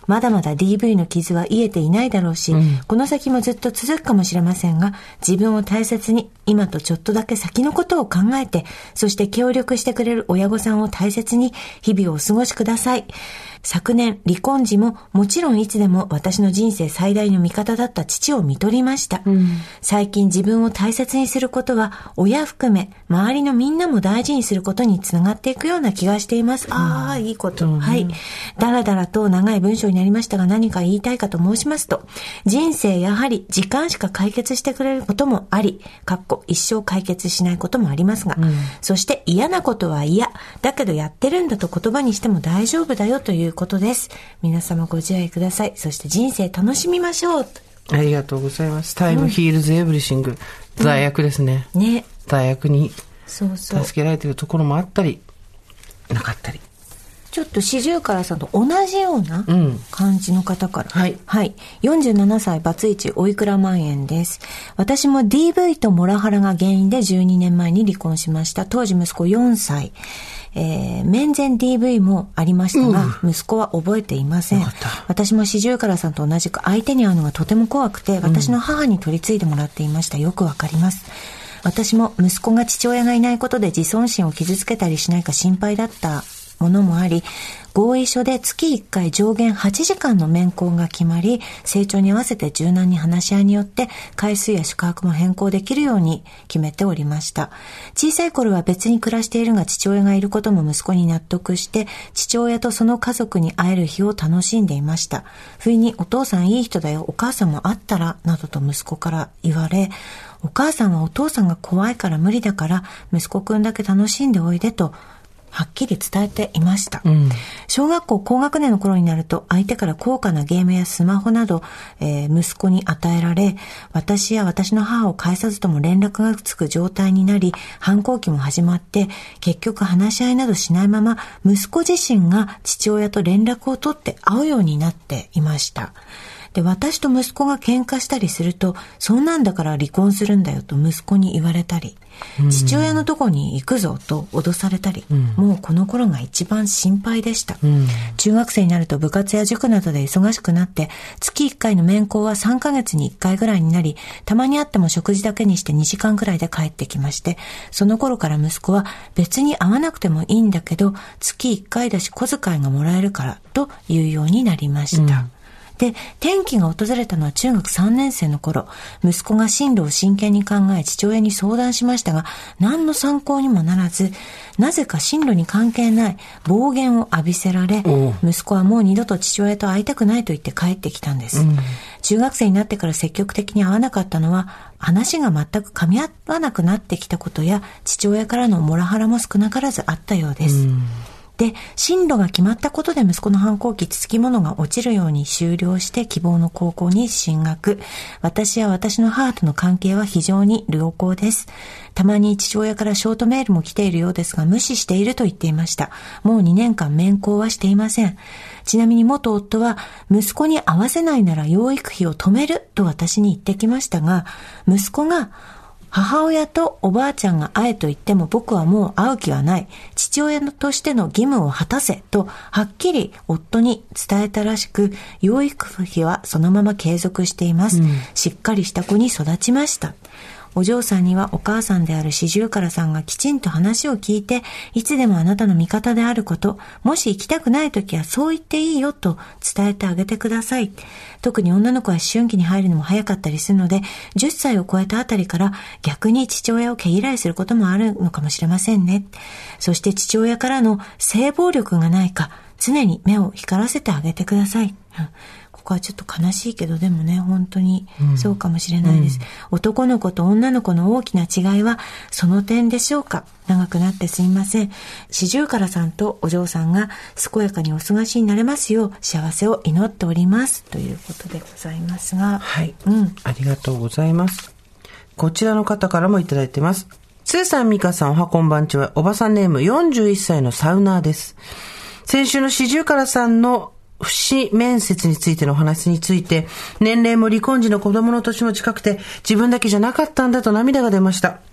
まだまだ DV の傷は癒えていないだろうし、この先もずっと続くかもしれませんが、自分を大切に、今とちょっとだけ先のことを考えて、そして協力してくれる親御さんを大切に、日々をお過ごしください。昨年、離婚時ももちろんいつでも私の人生最大の味方だった父を看取りました。最近自分を大切にすることは、親含め、周りのみんなも大事にすることにつながっていくような気がしています。いいこと。はい。だらだらと長い文章になりましたが、何か言いたいかと申しますと、人生やはり時間しか解決してくれることもあり、一生解決しないこともありますが、そして嫌なことは嫌。だけどやってるんだと言葉にしても大丈夫だよということです。皆様ご自愛ください。そして人生楽しみましょう。 ありがとうございます。タイムヒールズエブリシング。罪悪ですね。 ね。 罪悪に助けられているところもあったり、なかったり。 ちょっと四十からさんと同じような感じの方から。 はい。 はい。47歳、バツイチ、おいくら万円です。私も DV とモラハラが原因で12年前に離婚しました。当時息子4歳。面前 DV もありましたが、息子は覚えていません。私も四十からさんと同じく相手に会うのがとても怖くて、私の母に取り次いでもらっていました。よくわかります。私も息子が父親がいないことで自尊心を傷つけたりしないか心配だったものもあり、合意書で月1回上限8時間の面交が決まり、成長に合わせて柔軟に話し合いによって回数や宿泊も変更できるように決めておりました。小さい頃は別に暮らしているが父親がいることも息子に納得して、父親とその家族に会える日を楽しんでいました。不意にお父さんいい人だよ、お母さんも会ったらなどと息子から言われ、お母さんはお父さんが怖いから無理だから息子くんだけ楽しんでおいでとはっきり伝えていました。小学校高学年の頃になると相手から高価なゲームやスマホなど、息子に与えられ、私や私の母を介さずとも連絡がつく状態になり、反抗期も始まって、結局話し合いなどしないまま息子自身が父親と連絡を取って会うようになっていました。で、私と息子が喧嘩したりすると、そんなんだから離婚するんだよと息子に言われたり、父親のとこに行くぞと脅されたり、もうこの頃が一番心配でした。中学生になると部活や塾などで忙しくなって、月1回の面交は3ヶ月に1回ぐらいになり、たまに会っても食事だけにして2時間ぐらいで帰ってきまして、その頃から息子は別に会わなくてもいいんだけど、月1回だし小遣いがもらえるからと言うようになりました。で、転機が訪れたのは中学3年生の頃、息子が進路を真剣に考え父親に相談しましたが、何の参考にもならず、なぜか進路に関係ない暴言を浴びせられ、息子はもう二度と父親と会いたくないと言って帰ってきたんです。中学生になってから積極的に会わなかったのは、話が全く噛み合わなくなってきたことや、父親からのモラハラも少なからずあったようです。で、進路が決まったことで息子の反抗期つきものが落ちるように終了して希望の高校に進学。私や私の母との関係は非常に良好です。たまに父親からショートメールも来ているようですが、無視していると言っていました。もう2年間面交はしていません。ちなみに元夫は、息子に会わせないなら養育費を止めると私に言ってきましたが、息子が、母親とおばあちゃんが会えと言っても僕はもう会う気はない。父親としての義務を果たせとはっきり夫に伝えたらしく、養育費はそのまま継続しています。しっかりした子に育ちました。お嬢さんにはお母さんである四十からさんがきちんと話を聞いて、いつでもあなたの味方であること、もし行きたくないときはそう言っていいよと伝えてあげてください。特に女の子は思春期に入るのも早かったりするので、10歳を超えたあたりから逆に父親を毛嫌いすることもあるのかもしれませんね。そして父親からの性暴力がないか、常に目を光らせてあげてください。ここはちょっと悲しいけど、でもね、本当にそうかもしれないです。男の子と女の子の大きな違いはその点でしょうか。長くなってすみません。四十からさんとお嬢さんが健やかにお過ごしになれますよう幸せを祈っておりますということでございますが、 はい、ありがとうございます。こちらの方からもいただいてます。スーさん、ミカさん、おはこんばんちは。おばさんネーム41歳のサウナーです。先週の四十からさんの不死面接についてのお話について、年齢も離婚時の子供の年も近くて自分だけじゃなかったんだと涙が出ました。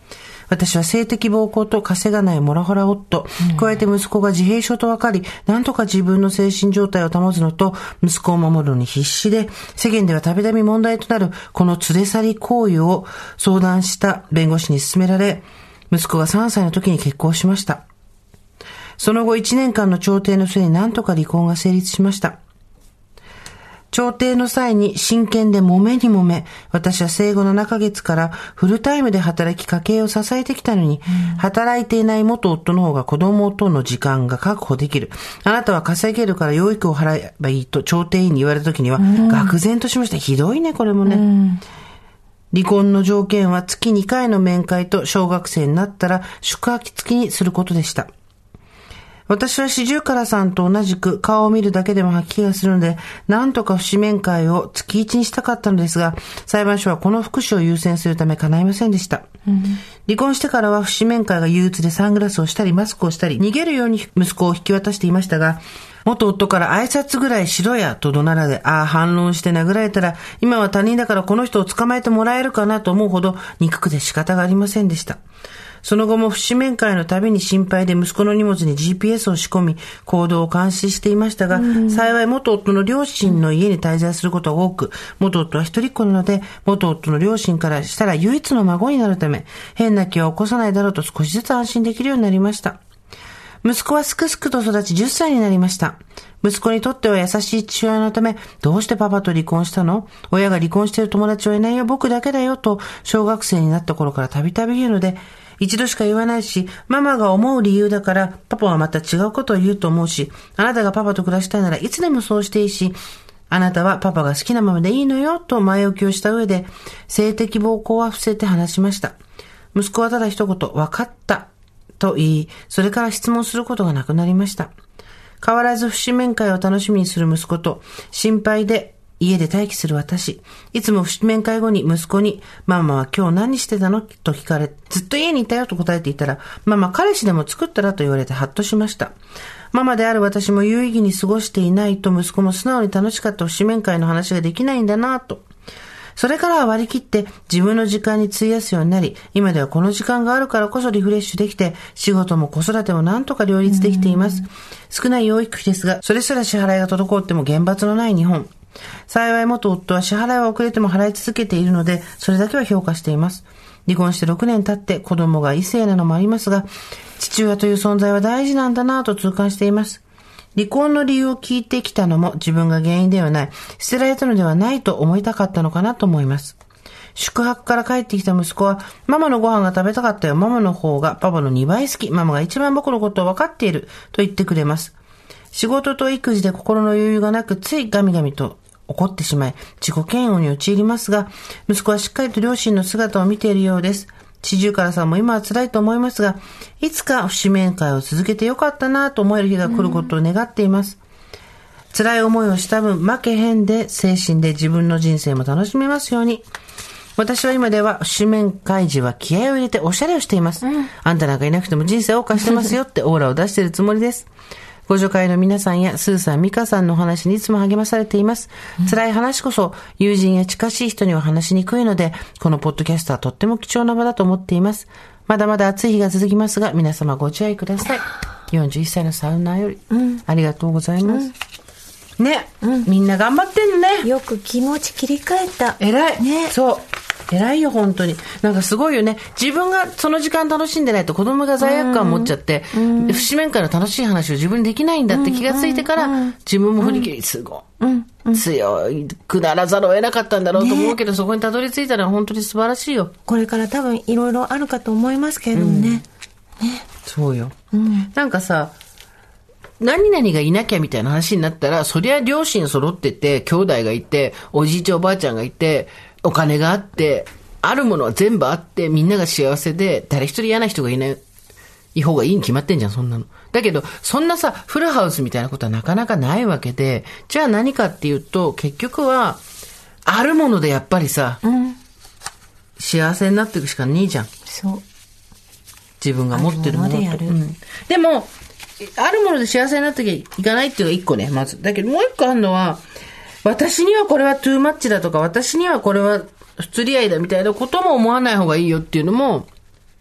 私は性的暴行と稼がないモラハラ夫、加えて息子が自閉症と分かり、なんとか自分の精神状態を保つのと、息子を守るのに必死で、世間ではたびたび問題となるこの連れ去り行為を相談した弁護士に勧められ、息子が3歳の時に結婚しました。その後1年間の調停の末になんとか離婚が成立しました。調停の際に真剣で揉めに揉め、私は生後7ヶ月からフルタイムで働き家計を支えてきたのに、働いていない元夫の方が子供との時間が確保できる。あなたは稼げるから養育を払えばいいと調停員に言われた時には、愕然としました。ひどいね、これもね。離婚の条件は月2回の面会と小学生になったら宿泊付きにすることでした。私は四十からさんと同じく顔を見るだけでも吐き気がするので、なんとか節面会を月1にしたかったのですが、裁判所はこの福祉を優先するため叶いませんでした。離婚してからは節面会が憂鬱でサングラスをしたりマスクをしたり、逃げるように息子を引き渡していましたが、元夫から挨拶ぐらいしろやと怒鳴られ、反論して殴られたら、今は他人だからこの人を捕まえてもらえるかなと思うほど憎くて仕方がありませんでした。その後も節面会のたびに心配で息子の荷物に GPS を仕込み、行動を監視していましたが、幸い元夫の両親の家に滞在することが多く、元夫は一人っ子なので、元夫の両親からしたら唯一の孫になるため、変な気は起こさないだろうと少しずつ安心できるようになりました。息子はすくすくと育ち10歳になりました。息子にとっては優しい父親のため、どうしてパパと離婚したの？親が離婚している友達はいないよ、僕だけだよと、小学生になった頃からたびたび言うので、一度しか言わないし、ママが思う理由だから、パパはまた違うことを言うと思うし、あなたがパパと暮らしたいならいつでもそうしていいし、あなたはパパが好きなままでいいのよ、と前置きをした上で、性的暴行は伏せて話しました。息子はただ一言、わかった、と言い、それから質問することがなくなりました。変わらず節面会を楽しみにする息子と、心配で家で待機する私。いつも節面会後に息子に、ママは今日何してたのと聞かれ、ずっと家にいたよと答えていたら、ママ彼氏でも作ったらと言われてハッとしました。ママである私も有意義に過ごしていないと息子も素直に楽しかった節面会の話ができないんだなと。それからは割り切って自分の時間に費やすようになり、今ではこの時間があるからこそリフレッシュできて、仕事も子育てもなんとか両立できています。少ない養育費ですが、それすら支払いが滞っても厳罰のない日本。幸い元夫は支払いは遅れても払い続けているので、それだけは評価しています。離婚して6年経って子供が異性なのもありますが、父親という存在は大事なんだなぁと痛感しています。離婚の理由を聞いてきたのも自分が原因ではない、捨てられたのではないと思いたかったのかなと思います。宿泊から帰ってきた息子は、ママのご飯が食べたかったよ。ママの方がパパの2倍好き。ママが一番僕のことを分かっている。と言ってくれます。仕事と育児で心の余裕がなく、ついガミガミと怒ってしまい、自己嫌悪に陥りますが、息子はしっかりと両親の姿を見ているようです。四十からさんも今は辛いと思いますが、いつか節面会を続けてよかったなと思える日が来ることを願っています。辛い思いをした分、負けへんで精神で自分の人生も楽しめますように。私は今では節面会時は気合を入れておしゃれをしています。あんたなんかいなくても人生を謳歌してますよってオーラを出しているつもりです。ご助会の皆さんやスーさん、ミカさんのお話にいつも励まされています。辛い話こそ友人や近しい人には話しにくいので、このポッドキャストはとっても貴重な場だと思っています。まだまだ暑い日が続きますが、皆様ご自愛ください。41歳のサウナーより、ありがとうございます。ね、みんな頑張ってんのね。 よく気持ち切り替えた。 偉い。 ね。 そう。偉いよ、本当に。なんかすごいよね。自分がその時間楽しんでないと子供が罪悪感持っちゃって、節面会の楽しい話を自分できないんだって気がついてから、自分も振り切り、すごい。強くならざるを得なかったんだろうと思うけど、そこにたどり着いたのは本当に素晴らしいよ。 これから多分いろいろあるかと思いますけれどもね。 そうよ。なんかさ、何々がいなきゃみたいな話になったら、そりゃ両親揃ってて、兄弟がいて、おじいちゃんおばあちゃんがいて、お金があって、あるものは全部あって、みんなが幸せで、誰一人嫌な人がいない方がいいに決まってんじゃん、そんなの。だけど、そんなさ、フルハウスみたいなことはなかなかないわけで、じゃあ何かっていうと、結局は、あるものでやっぱりさ、幸せになっていくしかねえじゃん。 そう。 自分が持ってるものと。 あるものでやる。 でも、あるもので幸せになっていかないっていうのが一個ね、まず。だけどもう一個あるのは、私にはこれはトゥーマッチだとか、私にはこれは不釣り合いだみたいなことも思わない方がいいよっていうのも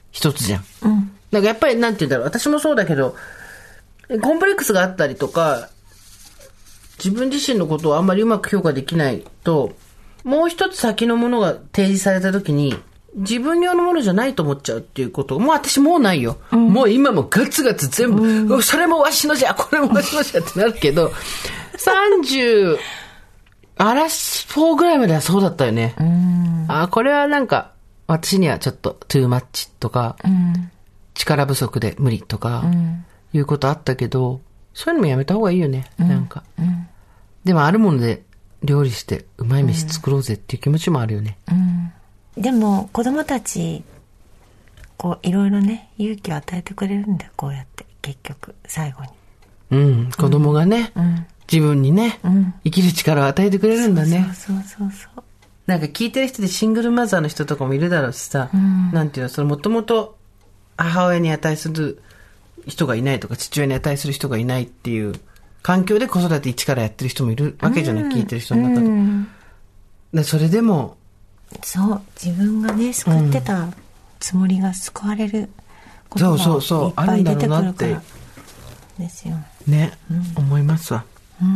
一つじゃん。なんかやっぱりなんて言うんだろう、私もそうだけど、コンプレックスがあったりとか、自分自身のことをあんまりうまく評価できないと、もう一つ先のものが提示された時に、自分用のものじゃないと思っちゃうっていうこともう私もうないよ。もう今もガツガツ全部、それもわしのじゃ、これもわしのじゃってなるけど、30、アラス4ぐらいまではそうだったよね。これはなんか、私にはちょっとトゥーマッチとか、力不足で無理とか、いうことあったけど、そういうのもやめた方がいいよね。なんか。でもあるもので料理してうまい飯作ろうぜっていう気持ちもあるよね。 でも子供たちこういろいろね勇気を与えてくれるんだよ、こうやって結局最後に。 子供がね、自分にね、生きる力を与えてくれるんだね。 そう。 なんか聞いてる人でシングルマザーの人とかもいるだろうしさ、なんていうの、そのもともと母親に値する人がいないとか父親に値する人がいないっていう環境で子育て一からやってる人もいるわけじゃない、聞いてる人の中で。それでもそう自分がね救ってたつもりが救われることがいっぱい出てくるからですよね、思いますわ。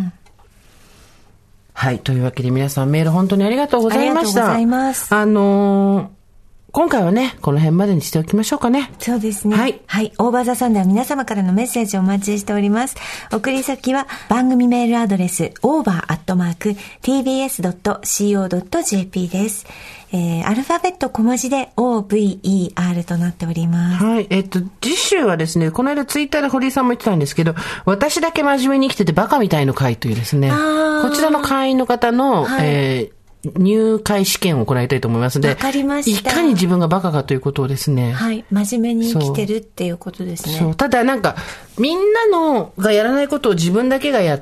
はい、というわけで皆さんメール本当にありがとうございました。 ありがとうございます。 今回はね、この辺までにしておきましょうかね。 そうですね。 はい。 はい。オーバーザサンデーは皆様からのメッセージをお待ちしております。送り先は番組メールアドレス、over@tbs.co.jp です。アルファベット小文字で OVER となっております。 はい。次週はですね、この間ツイッターで堀井さんも言ってたんですけど、私だけ真面目に生きててバカみたいの会というですね、こちらの会員の方の、入会試験を行いたいと思いますので、 わかりました。 いかに自分がバカかということをですね。 はい。真面目に生きてるっていうことですね。 そう。ただなんか、みんなのがやらないことを自分だけがやって、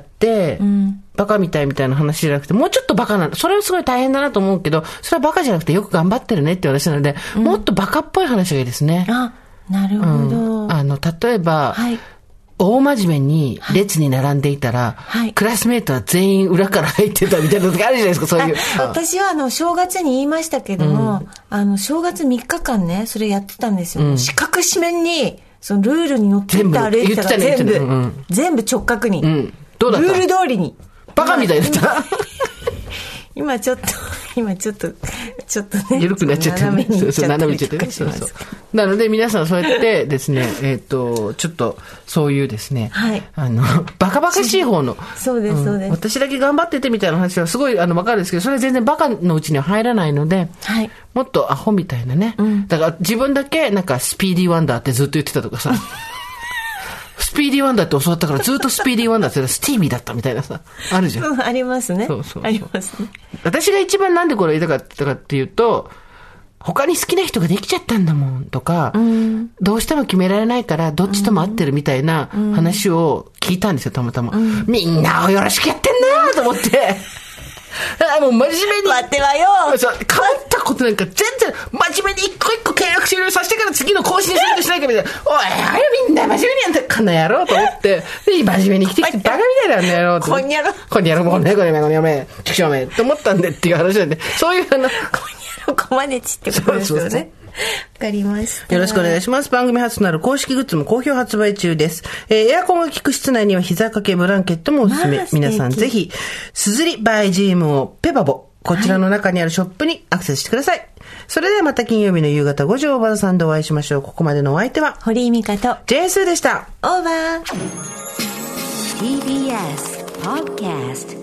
バカみたいな話じゃなくて、もうちょっとバカな、それはすごい大変だなと思うけど、それはバカじゃなくてよく頑張ってるねって話なので、もっとバカっぽい話がいいですね。 あ、なるほど。 例えば、 はい。 大真面目に列に並んでいたら、クラスメートは全員裏から入ってたみたいな時あるじゃないですか、そういう。 私は正月に言いましたけども、正月3日間ね、それやってたんですよ。四角四面に、そのルールに乗ってって歩いてたら全部直角に。 どうだった？ ルール通りに。 バカみたいだった。 今ちょっとね。 緩くなっちゃってね。斜めにいっちゃってね。そう。なので皆さんそうやってですね、ちょっとそういうですね、バカバカしい方の。 そうです。 私だけ頑張っててみたいな話はすごいわかるんですけど、それは全然バカのうちには入らないので、もっとアホみたいなね。だから自分だけなんかスピーディーワンダーってずっと言ってたとかさ。スピーディーワンダーって教わったからずっとスピーディーワンダーってスティービーだったみたいなさ、あるじゃん。 ありますね。 そう。 ありますね。 私が一番なんでこれ言いたかったかっていうと、他に好きな人ができちゃったんだもんとか、どうしても決められないからどっちとも合ってるみたいな話を聞いたんですよ、たまたま。みんなをよろしくやってんなと思って。もう真面目に。 待ってはよ。 変わったことなんか全然真面目に一個一個契約終了させてから次の更新しないとしないかみたいな。おい、みんな真面目にやってこの野郎と思って、真面目に生きてきてバカみたいな野郎と。 こんにゃろ。 こんにゃろ、もうね、これめ、ちくしょうめ、と思ったんでっていう話なんで、そういうこんにゃろ、こまねちってことですよね。わかりました。 よろしくお願いします。番組初となる公式グッズも好評発売中です。エアコンが効く室内には膝掛けブランケットもおすすめ。皆さんぜひ、すずりバイ GMO ペバボ。こちらの中にあるショップにアクセスしてください。それではまた金曜日の夕方5時オーバーさんでお会いしましょう。ここまでのお相手は、 堀井美香と、 ジェーンスーでした。 オーバー。 TBS Podcast